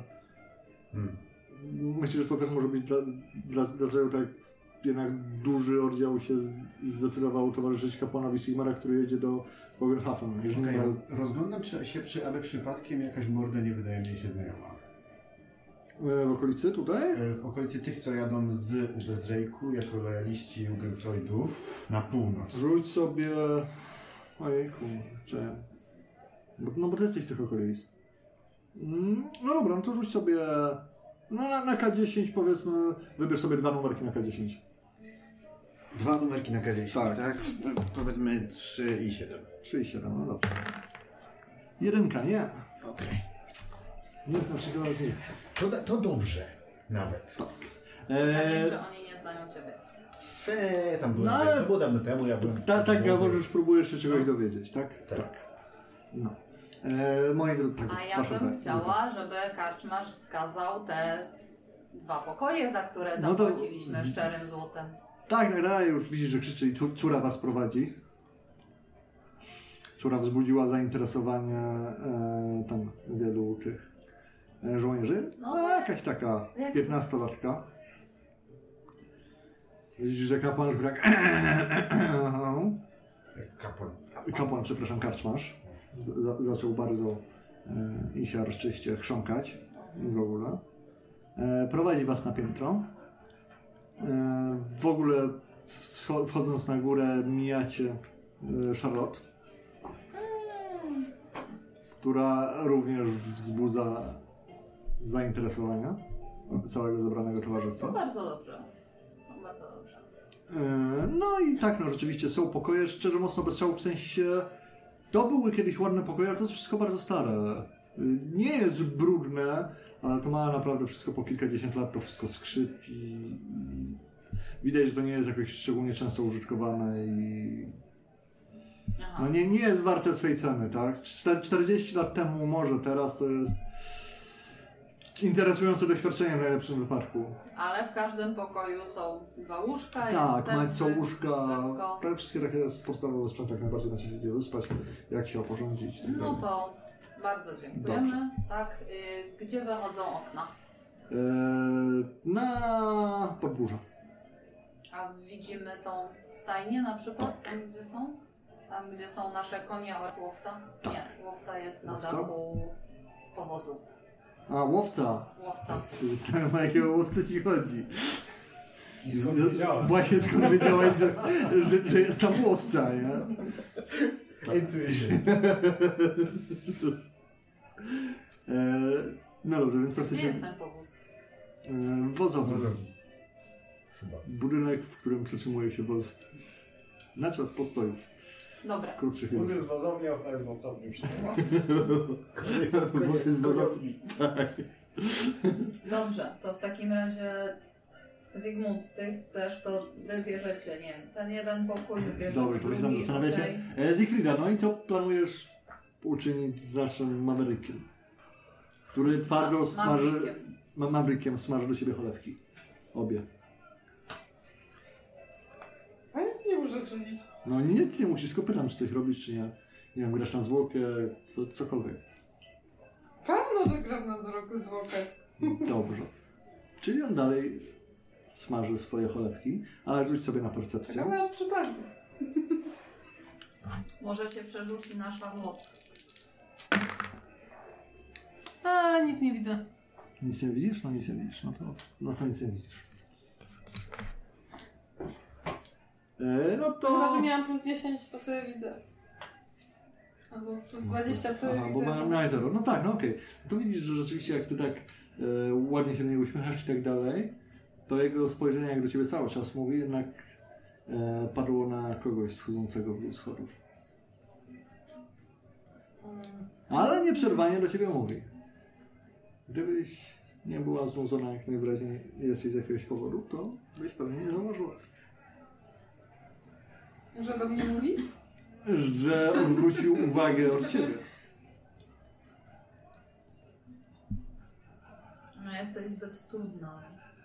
myślę, że to też może być dlaczego tak jednak duży oddział się zdecydował towarzyszyć kapłanowi Sigmara, który jedzie do Bogenhafen. Rozglądam się, aby przypadkiem jakaś morda nie wydaje mi się znajoma. W okolicy tutaj? W okolicy tych, co jadą z Ubersreiku jako lojaliści Jungfraudów na północ. Rzuć sobie... Ojejku, czy... No bo ty jesteś z tych okolic. No dobra, no to rzuć sobie... No na K10 powiedzmy, wybierz sobie 2 numerki na K10. 2 numerki na K10, Tak. Powiedzmy 3 i 7. 3 i 7, no dobrze. 1, nie. Okej. Nie znaczy chyba z nich. To dobrze. Nawet. Wiem, że oni nie znają ciebie. Tam było, No, ale- to było dawno temu, ja byłem... Tak, Gaworze, już próbujesz się czegoś dowiedzieć, tak? Tak. No. Moi drodzy, tak. A ja bym chciała, żeby karczmarz wskazał te 2 pokoje, za które No to- zapłaciliśmy szczerym złotem. Tak, już widzisz, że krzyczy i córa was prowadzi. Córa wzbudziła zainteresowanie tam wielu tych żołnierzy. No, Jakaś taka 15-latka. Widzisz, że kapłan tak Kapłan. Przepraszam, karczmarz. Zaczął bardzo siarczyście chrząkać i w ogóle. Prowadzi was na piętro. W ogóle wchodząc na górę mijacie Charlotte, która również wzbudza zainteresowania całego zebranego towarzystwa. To bardzo dobrze. No, bardzo dobrze. No i tak, no rzeczywiście są pokoje, szczerze mocno bez szału, w sensie to były kiedyś ładne pokoje, ale to jest wszystko bardzo stare. Nie jest brudne, ale to ma naprawdę wszystko po kilkadziesiąt lat, to wszystko skrzypi. Widać, że to nie jest jakoś szczególnie często użytkowane i Aha. no nie jest warte swej ceny, tak? 40 lat temu może, teraz to jest interesujące doświadczenie w najlepszym wypadku. Ale w każdym pokoju są 2 łóżka, Tak, jest są łóżka, wszystko. te wszystkie takie podstawowe sprzęty, jak najbardziej macie się gdzie wyspać, jak się oporządzić. Tak No dalej. to bardzo dziękujemy. Dobrze. Tak, gdzie wychodzą okna? Na podwórze. A widzimy tą stajnię na przykład, tam gdzie są? Tam gdzie są nasze konie oraz łowca? Tak. Nie, łowca jest na Łowca? dachu powozu. A, łowca. Łowca. Zastanawiam się, o jakiego łowcę ci chodzi. I skąd wiedziałem? Właśnie skąd wiedziałeś, że jest tam łowca, nie? Intuition. No dobrze, więc co Gdzie chcecie? jest ten powóz? Wozowy. Chyba. Budynek, w którym przetrzymuje się woz na czas postojów. Dobra. Krótszych Wóz jest. jest wozownia, a wcale wozowni Wóz jest wozowy. Dobrze, to w takim razie Zygmunt, ty chcesz, to wybierzecie, nie wiem, ten jeden pokój, wybierzemy Dobra, to wy się tam drugi, zastanawiacie. okej. Zygfrida, no i co planujesz uczynić z naszym Maverikiem? Który twardo smaży... Maverikiem. Maverikiem smaży do siebie cholewki. Obie. A nic nie muszę czynić. No nic nie musisz, tylko pytam, czy coś robisz, czy nie. Nie wiem, grasz na zwłokę, cokolwiek. Pewno, że gram na zwłokę. Dobrze. Czyli on dalej smaży swoje cholewki, ale rzuć sobie na percepcję. Taka masz przypadek. Może się przerzuci na Charlotte. A, nic nie widzę. Nic nie widzisz? No nic nie widzisz. No to nic nie widzisz. No to... Chyba, że miałam plus 10, to wtedy widzę. Albo plus 20, wtedy Aha, bo widzę. miałeś 0. No tak, no okej. To widzisz, że rzeczywiście jak ty tak ładnie się do niego uśmiechasz i tak dalej, to jego spojrzenie, jak do ciebie cały czas mówi, jednak padło na kogoś schodzącego w dół schodów. Ale nieprzerwanie do ciebie mówi. Gdybyś nie była znudzona, jak najwyraźniej jesteś z jakiegoś powodu, to byś pewnie nie zauważyła. Że do mnie mówi? Że odwrócił uwagę od ciebie. No jesteś zbyt trudna.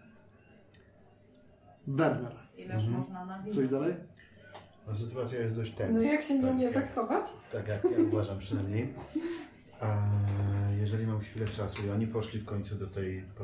Werner. Ileż można nawinąć? Coś dalej? No, sytuacja jest dość tensa. No jak się nie umie traktować? Tak jak ja uważam przynajmniej. A jeżeli mam chwilę czasu i oni poszli w końcu do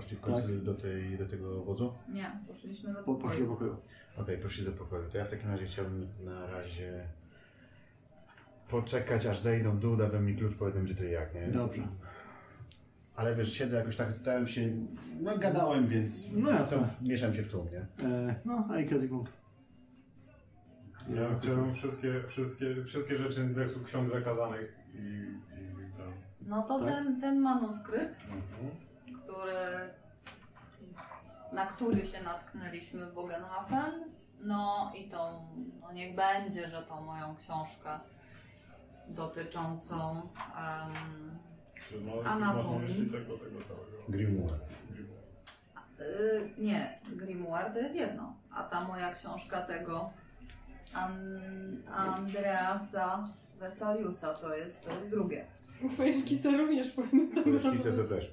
tego wozu? Nie, poszliśmy do Poszli do pokoju. pokoju. Okej, poszli do pokoju. To ja w takim razie chciałbym na razie poczekać, aż zejdą w dół, dadzą mi klucz, powiedzą gdzie to i jak, nie? Dobrze. Ale wiesz, siedzę jakoś tak, stałem się, no gadałem, więc No jasne. mieszam się w tłum, nie? No, a i Zygmunt. Ja chciałbym wszystkie rzeczy indeksu ksiąg zakazanych i tam. No to Tak? ten manuskrypt, na który się natknęliśmy w Bogenhafen, no i tą, no niech będzie, że tą moją książkę dotyczącą Czy można Anatomii. myśli tego całego? Grimoire. nie, Grimoire to jest jedno, a ta moja książka tego Andreasa Vesaliusa to jest drugie. Twoje szkice również powinny tam Szkice to też.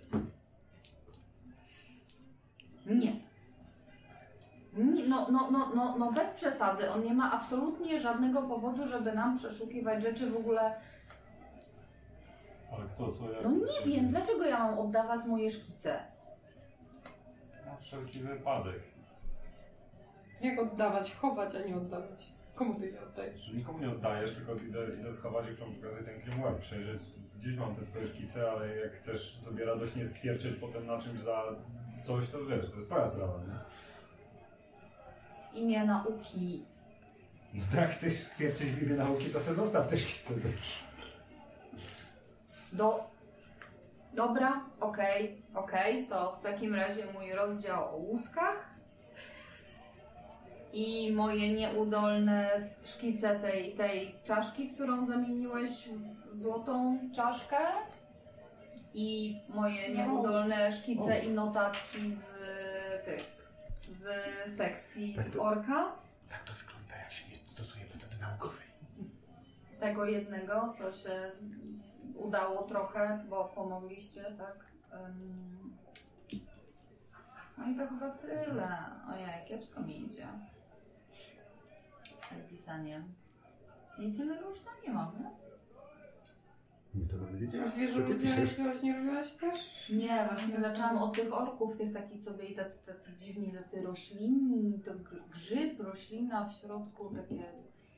Nie. No bez przesady. On nie ma absolutnie żadnego powodu, żeby nam przeszukiwać rzeczy w ogóle. Ale kto, co, jak? No nie wiem, dlaczego ja mam oddawać moje szkice? Na wszelki wypadek. Jak oddawać? Chować, a nie oddawać. Komu ty je oddajesz? Nikomu nie oddajesz, tylko idę schować i pokazać ten film przejrzeć. Gdzieś mam te twoje szkice, ale jak chcesz sobie radośnie skwierczyć potem na czymś za coś, to wiesz, to jest twoja sprawa, nie? W imię nauki. No to jak chcesz skwierczyć w imię nauki, to sobie zostaw te szkice. Dobra, okej, to w takim razie mój rozdział o łuskach i moje nieudolne szkice tej czaszki, którą zamieniłeś w złotą czaszkę i moje nieudolne szkice i notatki z sekcji Tak to- orka. Tak to wygląda, jak się nie stosuje metody naukowej. Tego jednego, co się udało trochę, bo pomogliście, tak? No i to chyba tyle. Ojej, kiepsko mi idzie. Z tym pisaniem. Nic innego już tam nie mam, nie? My to mamy wiedzieć. A zwierzę Co ty ludzie piszesz? robiłaś, nie robiłaś też? Nie, właśnie zaczęłam od tych orków, tych takich, co byli tacy dziwni, tacy roślinni, to grzyb, roślina w środku, takie...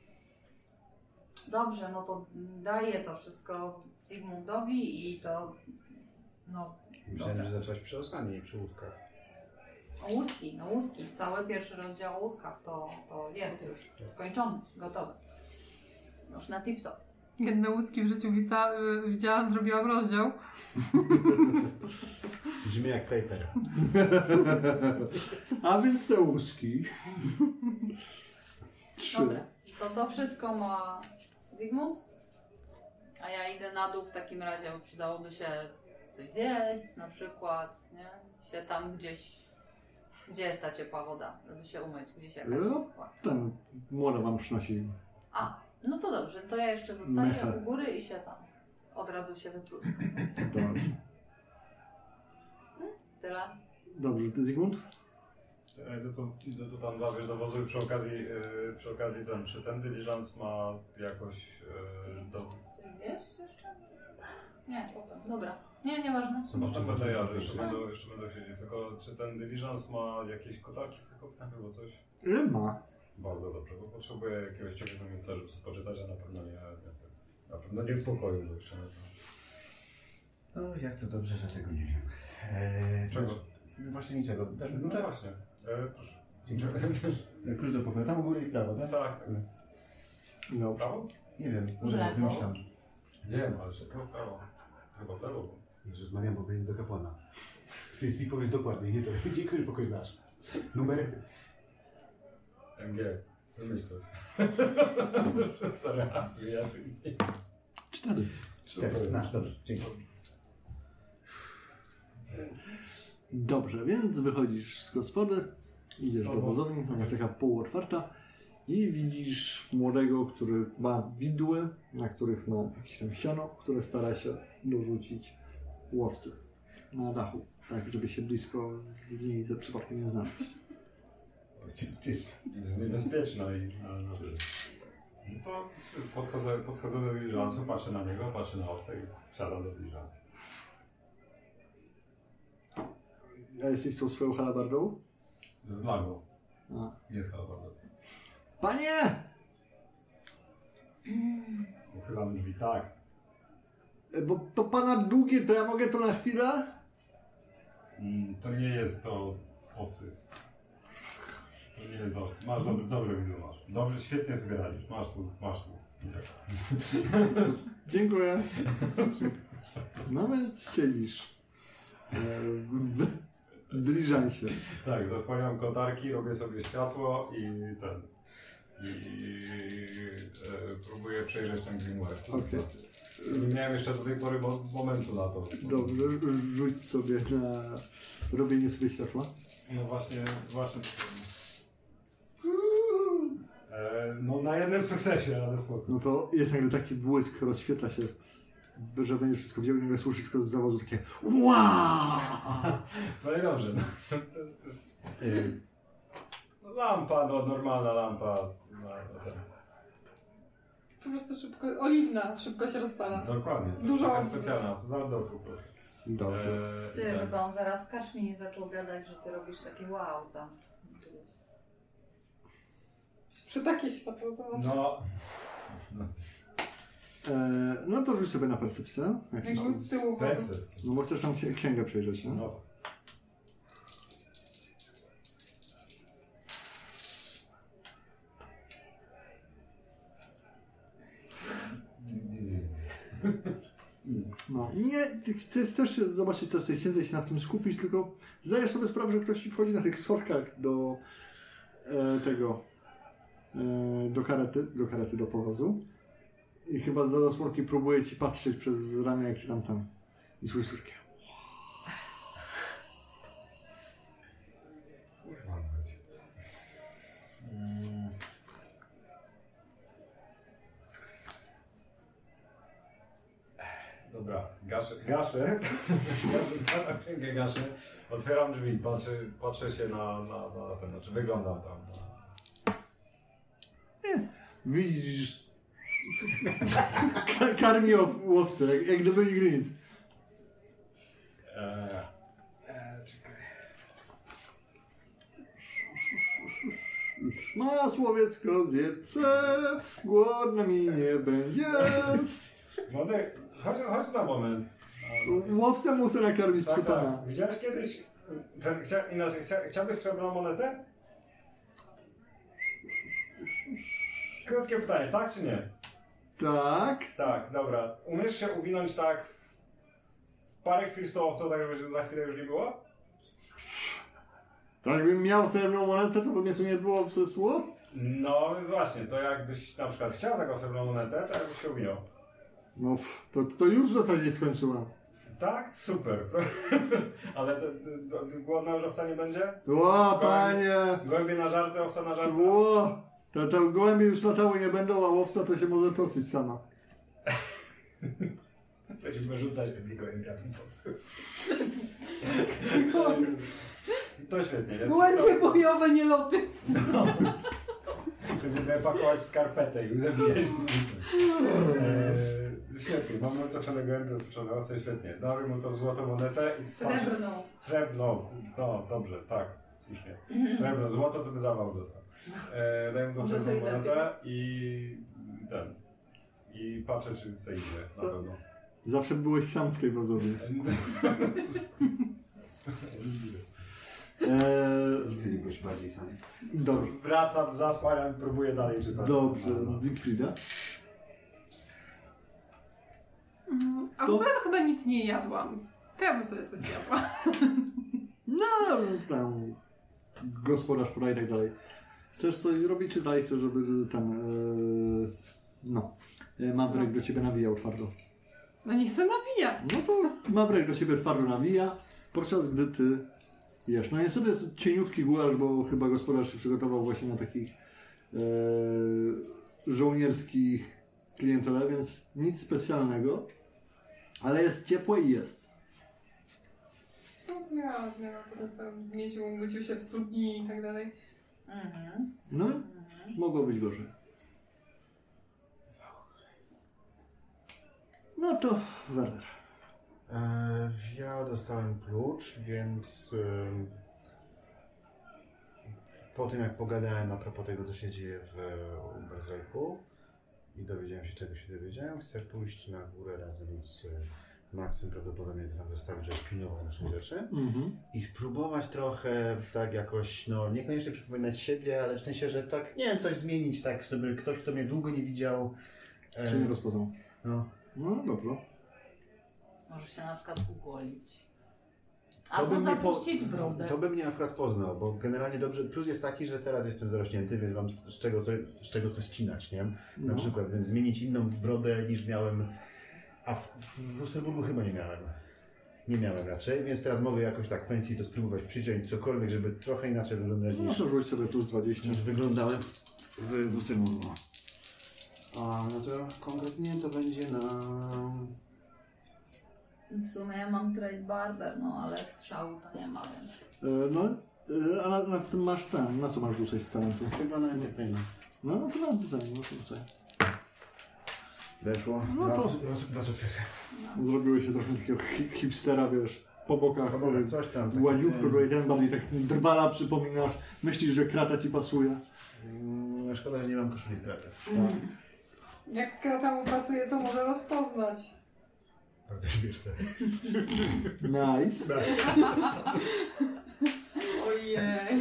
Dobrze, no to daję to wszystko Zygmundowi i to... No, Myślałem, dobra. że zaczęłaś przy osanie i przy łódkach. O łuski. Cały pierwszy rozdział o łuskach to jest już skończony, gotowy. Już na tip-top. Jedne łuski w życiu widziałam, zrobiłam rozdział. Brzmi jak paper. A więc te łuski. 3. Dobra, to wszystko ma Zygmunt, a ja idę na dół w takim razie, bo przydałoby się coś zjeść na przykład, nie? Się tam gdzieś, gdzie jest ta ciepła woda, żeby się umyć, gdzieś jakaś No. ciepła. Ten młoda wam przynosi. A, no to dobrze, to ja jeszcze zostaję Mecha. u góry i się tam od razu się wypluskam. Dobrze. Tyle. Dobrze, ty Zygmunt? Idę to tam zawieźć do wozu i przy okazji czy ten dyliżans ma jakoś... Coś zjeść jeszcze? Nie, potem. Dobra. Nie, nieważne. Jeszcze będę jadł, jeszcze będę siedzieć, tylko czy ten dyliżans ma jakieś kotarki w tych oknach albo coś? Ma. Bardzo dobrze, bo potrzebuję jakiegoś ciekawego miejsca, żeby sobie poczytać, a na pewno nie w pokoju, bo jeszcze na to. O, jak to dobrze, że tego nie wiem. Czego? Właśnie niczego. Dasz mi No klucze? właśnie, proszę. Klucz do pokoju. Tam u góry i w prawo, tak? Tak, No. prawo? Nie wiem, W może lewo. wymyślam. Nie wiem, ale wszystko w prawo. Chyba w lewo. Jezus, rozmawiam, bo będę do kapłana. Więc mi powiedz dokładnie, gdzie który pokój znasz? Numer? MG. Wymyśl coś. Sorry, ja tu nic nie 4. 4. Znasz, dobrze, dzięki. Dobrze, więc wychodzisz z gospody, idziesz do wozowni, ona jest taka półotwarta i widzisz młodego, który ma widły, na których ma jakieś tam siano, które stara się dorzucić łowcy na dachu, tak żeby się blisko linii za przypadkiem nie znaleźć. Jest niebezpieczna i... No to podchodzę do diliżansu, patrzę na niego, patrzę na owce i wsiadam do diliżansu. A jesteś tą swoją halabardą? Z nagą. A. Nie jest halabarda. Panie! Uchylam drzwi, tak. Bo to pana długie, to ja mogę to na chwilę? To nie jest to owcy. To nie jest owcy. Masz dobre widły masz. Dobrze, świetnie sobie radzisz. Masz tu. Dziękuję. No więc siedzisz w dyliżansie. Tak, zasłaniam kotarki, robię sobie światło i próbuję przejrzeć ten grimoire. Okej. Nie miałem jeszcze do tej pory momentu na to. Dobrze, rzuć sobie na robienie sobie światła. No właśnie. No na jednym sukcesie, ale spoko. No to jest nagle taki błysk, rozświetla się, że będziesz wszystko widział i nagle słyszysz tylko z zawozu takie wow! No i dobrze. No. No, lampa, normalna lampa. Po prostu oliwna, szybko się rozpala. Dokładnie. To Dużo. taka specjalna, z Waldorfu po prostu. Dobrze. Ty, tak. żeby on zaraz w karczmie nie zaczął gadać, że ty robisz takie wow tam. Że takie światło zobacz. No. No to rzuć sobie na percepcję. Jak chcesz. Jakby z tyłu wozu. Percepcja. No bo chcesz tam księgę przejrzeć, nie? No. No. Nie, ty chcesz się zobaczyć co w tej księdze, się nad tym skupić, tylko zdajesz sobie sprawę, że ktoś ci wchodzi na tych schodkach do do karety, do powozu i chyba za zasłonki próbuje ci patrzeć przez ramię, jak ci tam i słyszysz takie. Dobra, gaszę, składam księgę, gaszę, otwieram drzwi, patrzę się na ten, znaczy wyglądam tam. Widzisz karmi łowcę, jak gdyby nigdy nic. Czekaj. Masłowiecko zjedce, głodna mi nie będziesz. Młody, chodź na moment. Łowcę muszę nakarmić Tak, przy pana. tak. Widziałeś kiedyś, chciałbyś srebrną monetę? Krótkie pytanie, tak czy nie? Tak. Tak, dobra. Umiesz się uwinąć tak w parę chwil z tą owcą, tak żeby za chwilę już nie było? Jakbym miał srebrną monetę, to by mnie tu nie było przesło? No więc właśnie, to jakbyś na przykład chciał taką srebrną monetę, to jakbyś się uwinął. No, to już w zasadzie skończyłem. Tak? Super. Ale głodna już owca nie będzie? O, panie! Głębie na żarty, owca na żarty? O, to gołębie już latały nie będą, a łowca to się może toczyć sama. Będziemy rzucać tymi gołębiami. To świetnie. Nie? Gołębie bojowe, nie loty. Będziemy pakować w skarpetę i zabijać. Świetnie, mamy otoczone gołębie, otoczone owce, świetnie. Damy mu tą złotą monetę i Srebrną. Srebrną, no dobrze, tak, słusznie. Srebrno, złoto to by zawał dostał. Daję mu tą Może to srebrną i monetę i patrzę, czy co idzie na pewno. Zawsze byłeś sam w tej wozowie. Nigdy nie byłeś bardziej sam. Dobrze. Wracam, zasłaniam i próbuję dalej czytać. Dobrze, z Siegfrieda. A w ogóle to chyba nic nie jadłam. To ja bym sobie coś zjadła. No, tam gospodarz poda i tak dalej. Chcesz coś zrobić, czy dalej chcesz, żeby ten Maverick do ciebie nawijał twardo? No niech se nawija. No to Maverick do ciebie twardo nawija, podczas gdy ty jesz. No niestety jest cieniutki gulasz, bo chyba gospodarz się przygotował właśnie na takich żołnierskich klientele, więc nic specjalnego, ale jest ciepłe i jest. No miała potem całym zmieciu, mycił się w studni i tak dalej. Mhm. No, mogło być gorzej. No to Werner. Ja dostałem klucz, więc po tym jak pogadałem a propos tego, co się dzieje w Ubersreichu i dowiedziałem się, czego się dowiedziałem, chcę pójść na górę razem z Maxem, prawdopodobnie tam zostawić, żeby pilnował naszych rzeczy i spróbować trochę tak jakoś, no niekoniecznie przypominać siebie, ale w sensie, że tak, nie wiem, coś zmienić tak, żeby ktoś, kto mnie długo nie widział... Czy nie rozpoznał? No dobrze. Możesz się na przykład ugolić. To Albo by mnie zapuścić brodę. To by mnie akurat poznał, bo generalnie dobrze, plus jest taki, że teraz jestem zarośnięty, więc mam z czego coś ścinać, nie? Na przykład, więc zmienić inną brodę niż miałem, a w Luxemburgu chyba nie miałem. Nie miałem raczej, więc teraz mogę jakoś tak fancy to spróbować przyciąć cokolwiek, żeby trochę inaczej wyglądać No to rzuć sobie plus 20. niż wyglądałem w Luxemburgu. No to konkretnie to będzie na... W sumie ja mam trade barter, no ale szału to nie ma, więc... A na tym masz ten, na co masz rzucać z talentu? Chyba na entertainment. No to na entertainment, no to rzucaj. Weszło. No to- Dwa sukcesy. Zrobiły się trochę takiego hipstera, wiesz, po bokach, Coś tam. takie- ładziutko, że ten bardziej tak drwala przypominasz, myślisz, że krata ci pasuje. No, szkoda, że nie mam koszuli kraty. Jak krata mu pasuje, to może rozpoznać. Bardzo śmieszne. Nice. Ojej.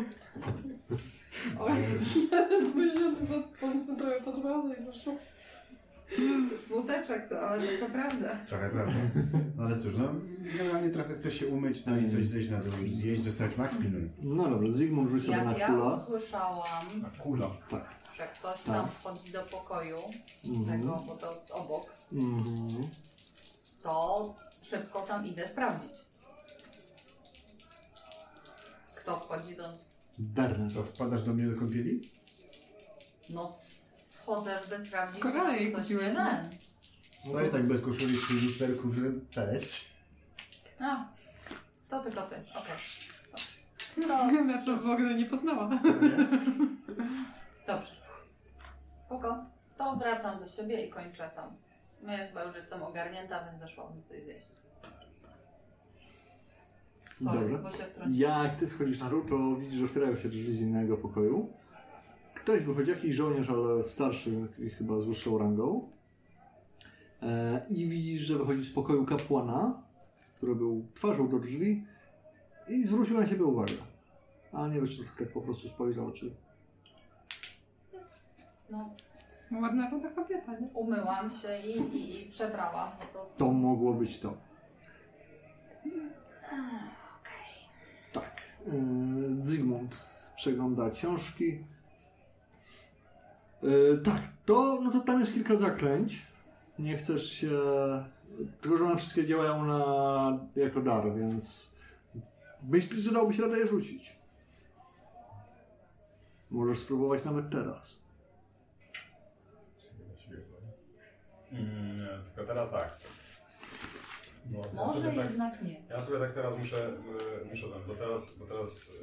Oj, Spóźniony trochę podwody i zaszło. smuteczek to, ale to prawda. Trochę prawda. No ale cóż, no generalnie trochę chcę się umyć, no i coś zejść na dół i zjeść, zostawić Max pilnuj. No dobra, Zygmunt rzuć sobie na Jak ja kula. usłyszałam, A kula. że ktoś tam wchodzi do pokoju tego, bo to obok, to szybko tam idę sprawdzić. Kto wchodzi do... Bernard. Co, wpadasz do mnie do kąpieli? No, wchodzę, żeby sprawdzić, Korale czy jej coś kupiłeś, nie no. ten. No i tak bez koszuli przy lusterku, że cześć. A, to tylko ty, okej. Dobrze, w ogóle nie poznała. Dobrze. Spoko. To wracam do siebie i kończę tam. W sumie chyba już jestem ogarnięta, więc zeszłabym coś zjeść. Sorry, Dobra. bo się wtrąciłam. Jak ty schodzisz na dół, to widzisz, że otwierają się drzwi z innego pokoju. Ktoś wychodzi, jakiś żołnierz, ale starszy i chyba z wyższą rangą. I widzisz, że wychodzi z pokoju kapłana, który był twarzą do drzwi i zwrócił na ciebie uwagę. Ale nie wiesz, czy to tak po prostu spojrzał, czy... No, Ładna ruda kobieta, nie? umyłam się i przebrałam, bo to... To mogło być to. Tak. Zygmunt przegląda książki. Tak, no to tam jest kilka zaklęć. Nie chcesz się... Tylko, że one wszystkie działają jako dar, więc... Myślisz, że dałoby się radę je rzucić. Możesz spróbować nawet teraz. Nie, tylko teraz tak. No, ja Może sobie tak, jednak nie. ja sobie tak teraz muszę bo teraz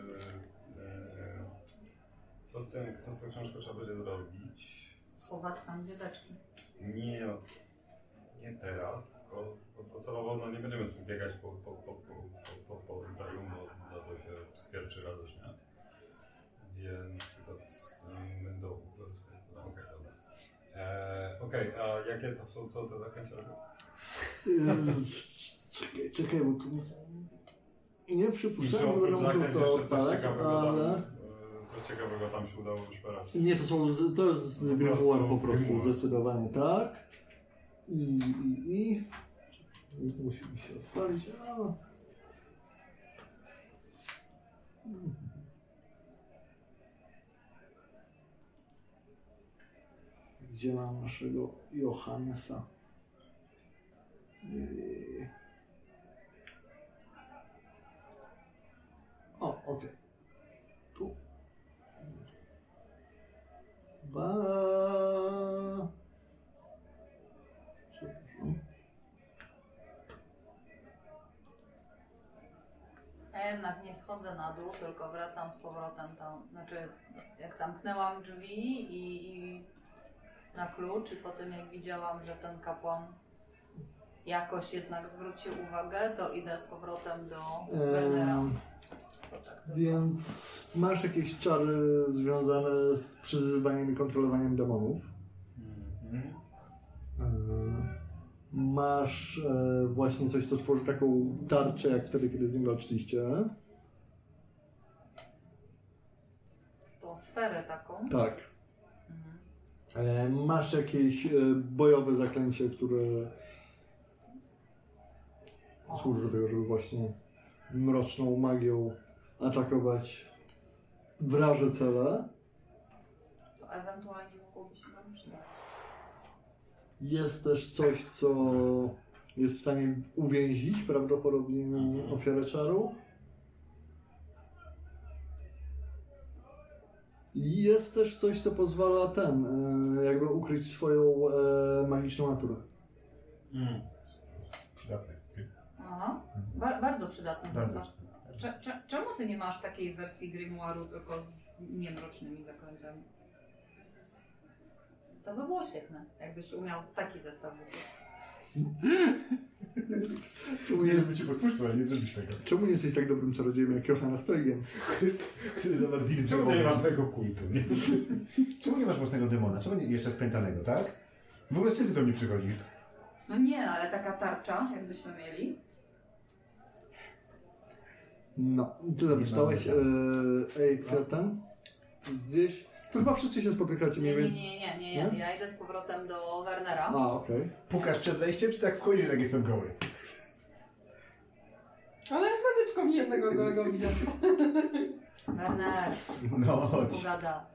co z tą książką trzeba będzie zrobić? Schować tam dzieweczki. Nie teraz, tylko docelowo no, nie będziemy z tym biegać po imperium, bo to się skwierczy radośnie. Więc tylko będą... Okej, a jakie to są, co te zaklęcia robią? Czekaj, bo tu... Nie przypuszczam, że Czy będę oprócz musiał zaklęć to jeszcze coś odpalać, ciekawego ale... Coś ciekawego tam się udało wyszperać? Nie, to jest z Grimoire po prostu, Grimoire. zdecydowanie tak. I musi mi się odpalić. Gdzie mam naszego Johannesa? O, okej. Tu. Przepraszam. Ja jednak nie schodzę na dół, tylko wracam z powrotem tam. Znaczy, jak zamknęłam drzwi i na klucz i potem jak widziałam, że ten kapłan jakoś jednak zwrócił uwagę, to idę z powrotem do Bernera. Więc masz jakieś czary związane z przyzywaniem i kontrolowaniem demonów. Masz właśnie coś, co tworzy taką tarczę, jak wtedy, kiedy z nim walczyliście. Tą sferę taką. Tak. Masz jakieś bojowe zaklęcie, które służy do tego, żeby właśnie mroczną magią atakować wraże cele. To ewentualnie mogłoby się nam przydać. Jest też coś, co jest w stanie uwięzić prawdopodobnie ofiarę czaru. I jest też coś, co pozwala jakby ukryć swoją magiczną naturę. Przydatne. Aha, bardzo przydatne. Bardzo. Czemu ty nie masz takiej wersji Grimoire'u, tylko z niemrocznymi zaklęciami? To by było świetne, jakbyś umiał taki zestaw wykupić. Czemu nie, Nie żeby cię podpuszczał, ale nie zrobisz tego. czemu nie jesteś tak dobrym czarodziejem jak Johanna Stoigen? Który zawarł deal z Czemu ty nie demonem? masz swojego kultu, nie? Czemu nie masz własnego demona? Czemu nie, jeszcze spętanego, tak? W ogóle z czym ty do mnie przychodzisz? No nie, ale taka tarcza, jakbyśmy mieli. No, ty przeczytałeś ten zjeść. To chyba wszyscy się spotykacie mniej więcej. Nie. Ja idę z powrotem do Wernera. A, okej. Pukasz przed wejściem, czy tak wchodzisz, jak jestem goły? Ale z medyczką jednego gołego widzę. Werner, No, musimy chodź. pogadać.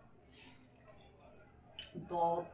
Bo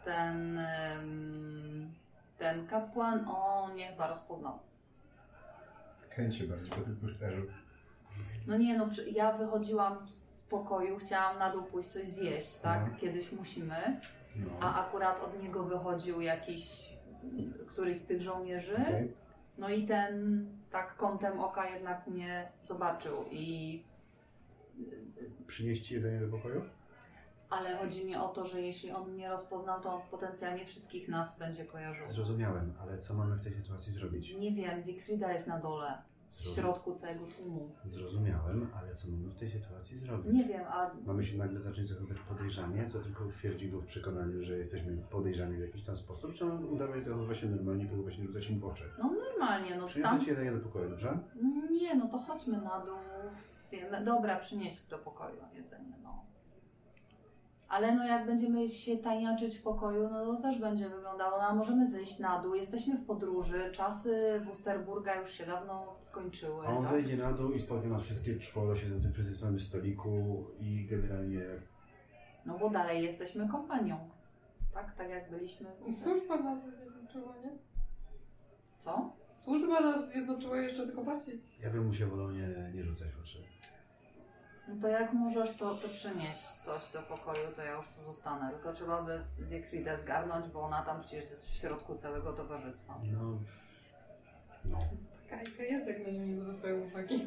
ten kapłan, on mnie chyba rozpoznał. Kręć się bardziej po tym korytarzu. No nie, no ja wychodziłam z pokoju, chciałam na dół pójść coś zjeść, tak? No. Kiedyś musimy. No. A akurat od niego wychodził jakiś, któryś z tych żołnierzy. Okej. No i ten tak kątem oka jednak mnie zobaczył i... Przynieść ci jedzenie do pokoju? Ale chodzi mi o to, że jeśli on mnie rozpoznał, to on potencjalnie wszystkich nas będzie kojarzył. Zrozumiałem, ale co mamy w tej sytuacji zrobić? Nie wiem, Siegfrieda jest na dole, w środku całego tłumu. Zrozumiałem, ale co mamy w tej sytuacji zrobić? Nie wiem, a Mamy się nagle zacząć zachowywać podejrzanie, co tylko utwierdzi go w przekonaniu, że jesteśmy podejrzani w jakiś tam sposób, czy on udawać zachowywać się normalnie, próbować nie rzucać im w oczy? no normalnie, no Przyniosę tam... ci jedzenie do pokoju, dobrze? Nie, no to chodźmy na dół, zjemy. Dobra, przynieś do pokoju jedzenie, no. Ale no jak będziemy się tajniaczyć w pokoju, no to też będzie wyglądało, no a możemy zejść na dół, jesteśmy w podróży, czasy Wusterburga już się dawno skończyły. A on tak? zejdzie na dół i spotka nas wszystkie czworo siedzących przy tym samym stoliku i generalnie... No bo dalej jesteśmy kompanią. Tak? Tak jak byliśmy. I służba nas zjednoczyła, nie? Co? Służba nas zjednoczyła jeszcze tylko bardziej. Ja bym mu się wolał nie rzucać w oczy. No to jak możesz, to przynieść coś do pokoju, to ja już tu zostanę. Tylko trzeba by Siegfriedę zgarnąć, bo ona tam przecież jest w środku całego towarzystwa. No. Kajka jest, jak na nim nie zwracają uwagi.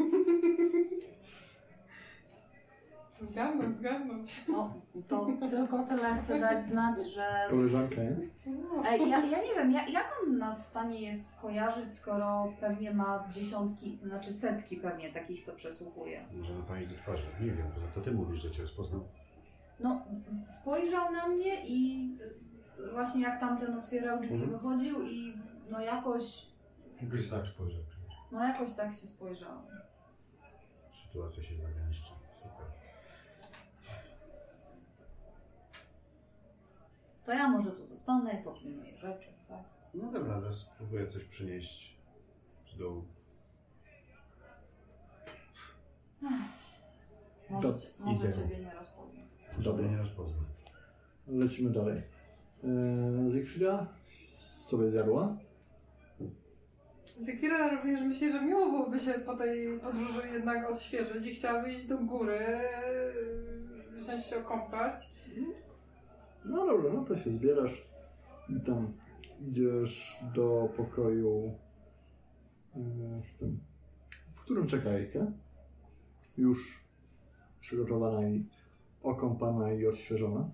Zgarnąć. No, to tylko tyle chcę dać znać, że... Koleżanka, nie? Ej, ja nie wiem, jak on nas w stanie jest skojarzyć, skoro pewnie ma dziesiątki, znaczy setki pewnie takich, co przesłuchuje. Może napaść do twarzy. Nie wiem, poza to ty mówisz, że cię rozpoznał. No, spojrzał na mnie i właśnie jak tamten otwierał drzwi, wychodził i no jakoś tak spojrzał. tak się spojrzał. Sytuacja się zagęszcza. Super. To ja może tu zostanę i popilnuję rzeczy, tak? No dobra, teraz spróbuję coś przynieść z dołu. Może idę. ciebie nie rozpoznam. Dobra, nie rozpoznam. Lecimy dalej. Siegfrieda sobie zjadła. Zekira również myśli, że miło byłoby się po tej podróży jednak odświeżyć i chciałaby iść do góry, wziąć się okąpać. No dobra, no to się zbierasz i tam idziesz do pokoju z tym, w którym czeka Eike. Już przygotowana i okąpana i odświeżona.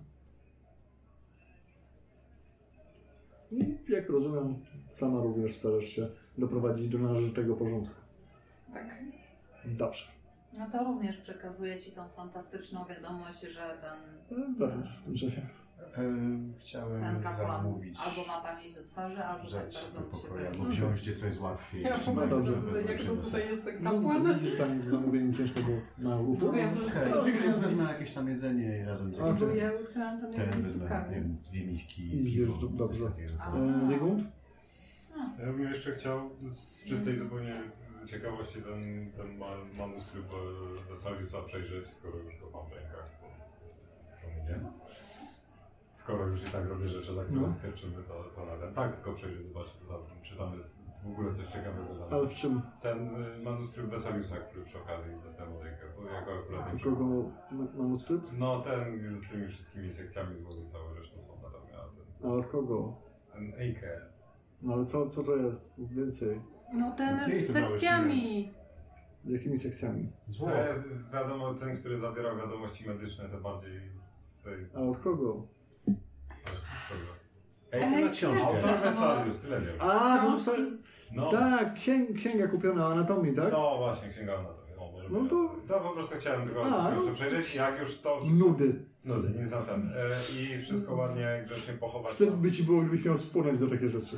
I jak rozumiem, sama również starasz się doprowadzić do należytego porządku. Tak. Dobrze. No to również przekazuję ci tą fantastyczną wiadomość, że Werner w tym czasie. Chciałem ten kapłan zamówić albo ma pamięć do twarzy, albo tak rzecz bardzo do mu się pokoju, wydaje. albo wziąć gdzie co jest łatwiej. Ja Jeśli chyba mogę, dobrze. to wezmę, jak to przyniosę. tutaj jest ten No, kapłan. widzisz tam w zamówieniu ciężkiego nałogu. Wiem, że Okej, ja wezmę jakieś tam jedzenie i razem z Okej. jakimś ja utknęłam tam ten jakimiś wezmę, stópkami. nie wiem, 2 miski I piwo, zjeżdż- dobrze. coś takiego. A. Zygmunt? Ja bym jeszcze chciał z czystej zupełnie ciekawości ten manuskrypt Vesaliusa przejrzeć, skoro już go mam w rękach. Czemu nie? Skoro już i tak robię rzeczy, za które skwierczymy, to na ten. Tak, tylko przejrzeć, zobaczyć, czy tam jest w ogóle coś ciekawego. Ale w czym? Ten manuskrypt Vesaliusa, który przy okazji dostałem od rękę, bo jako akurat nie Kogo manuskrypt? No ten z tymi wszystkimi sekcjami, w ogóle całą resztą ona tam miała Ale od kogo? ten Eike. No ale co to jest? Więcej. No ten Gdzie z to dałeś sekcjami. Z jakimi sekcjami? Te, wiadomo, ten, który zabierał wiadomości medyczne, to bardziej z tej... A od kogo? Ale z kogo? Ej, to na książkę. Autor Vesalius, tyle wiem. A, no Książki. No, Tak, księga kupiona o anatomii, tak? no właśnie, księga anatomii. O, może No być. to- To po prostu chciałem tylko A, to no. przejrzeć, jak już to... Nudy. Nudy, nic za ten. I wszystko ładnie, grzecznie pochować. Wstyd by ci było, gdybyś miał spłonąć za takie rzeczy.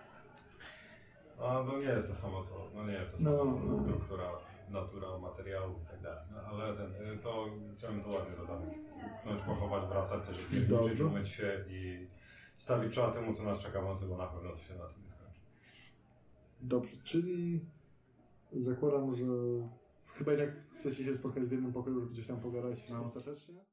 No nie jest to samo co, nie jest to samo co No. struktura, natura materiału i tak dalej. No, ale to chciałem to ładnie dodać. Pchnąć, pochować, wracać, też Dobrze. wierzyć, umyć się i stawić czoła temu, co nas czeka w nocy, bo na pewno to się na tym nie skończy. Dobrze, czyli zakładam, że chyba i tak chcecie się spotkać w jednym pokoju, żeby gdzieś tam pogadać ostatecznie.